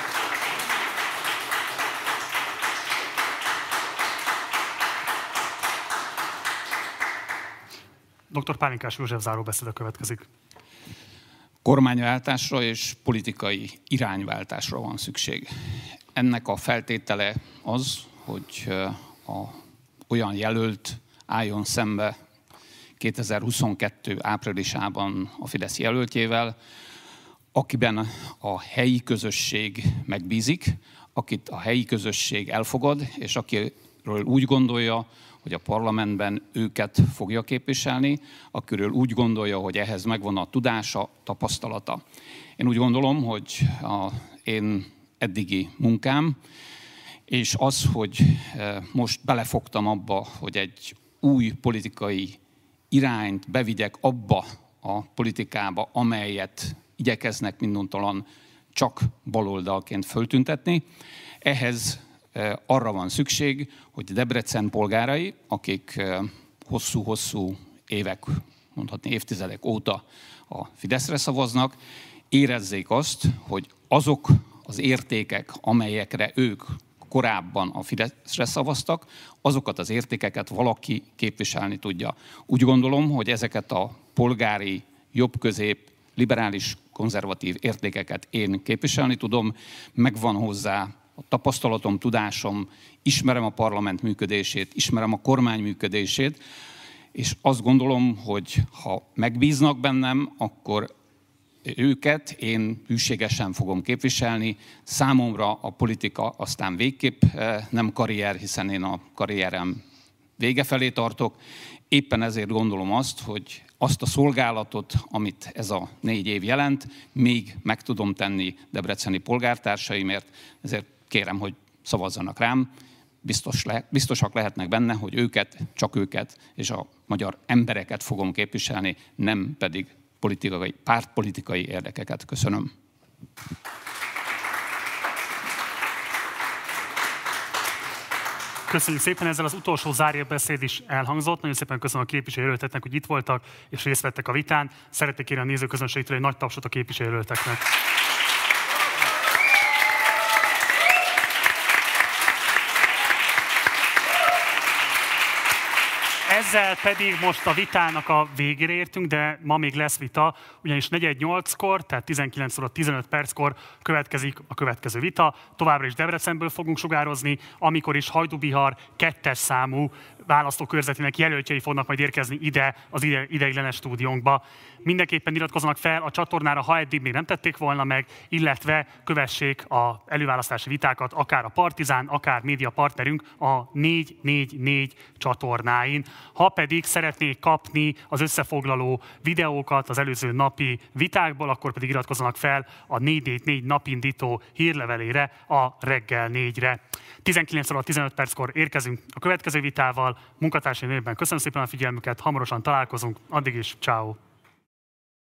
doktor Pálinkás József záróbeszéde következik. Kormányváltásra és politikai irányváltásra van szükség. Ennek a feltétele az, hogy a, olyan jelölt álljon szembe kétezer-huszonkettő áprilisában a Fidesz jelöltjével, akiben a helyi közösség megbízik, akit a helyi közösség elfogad, és akiről úgy gondolja, hogy a parlamentben őket fogja képviselni, akiről úgy gondolja, hogy ehhez megvan a tudása, tapasztalata. Én úgy gondolom, hogy a én eddigi munkám, és az, hogy most belefogtam abba, hogy egy új politikai irányt bevigyek abba a politikába, amelyet igyekeznek minduntalan csak baloldalként föltüntetni. Ehhez arra van szükség, hogy Debrecen polgárai, akik hosszú-hosszú évek, mondhatni évtizedek óta a Fideszre szavaznak, érezzék azt, hogy azok az értékek, amelyekre ők korábban a Fideszre szavaztak, azokat az értékeket valaki képviselni tudja. Úgy gondolom, hogy ezeket a polgári, jobb-közép, liberális, konzervatív értékeket én képviselni tudom, megvan hozzá a tapasztalatom, tudásom, ismerem a parlament működését, ismerem a kormány működését, és azt gondolom, hogy ha megbíznak bennem, akkor őket én hűségesen fogom képviselni. Számomra a politika aztán végképp nem karrier, hiszen én a karrierem vége felé tartok. Éppen ezért gondolom azt, hogy azt a szolgálatot, amit ez a négy év jelent, még meg tudom tenni debreceni polgártársaimért, ezért kérem, hogy szavazzanak rám. Biztos le, biztosak lehetnek benne, hogy őket, csak őket és a magyar embereket fogom képviselni, nem pedig politikai, pártpolitikai érdekeket. Köszönöm. Köszönjük szépen, ezzel az utolsó záróbeszéd is elhangzott. Nagyon szépen köszönöm a képviselőjelölteknek, hogy itt voltak és részt vettek a vitán. Szeretnék kérni a nézőközönségtől egy nagy tapsot a képviselőjelölteknek. Ezzel pedig most a vitának a végére értünk, de ma még lesz vita, ugyanis negyed nyolckor, tehát tizenkilenc óra tizenöt perckor következik a következő vita. Továbbra is Debrecenből fogunk sugározni, amikor is Hajdú-Bihar kettes számú választókörzetének jelöltjei fognak majd érkezni ide az ide, ideiglenes stúdiónkba. Mindenképpen iratkozzanak fel a csatornára, ha eddig még nem tették volna meg, illetve kövessék az előválasztási vitákat, akár a Partizán, akár média partnerünk a négy négy négy csatornáin. Ha pedig szeretnék kapni az összefoglaló videókat az előző napi vitákból, akkor pedig iratkozzanak fel a négy négy négy napindító hírlevelére a reggel négyre. tizenkilenc óra tizenöt perckor érkezünk a következő vitával. Munkatársaim nevében köszönöm szépen a figyelmüket, hamarosan találkozunk, addig is ciao.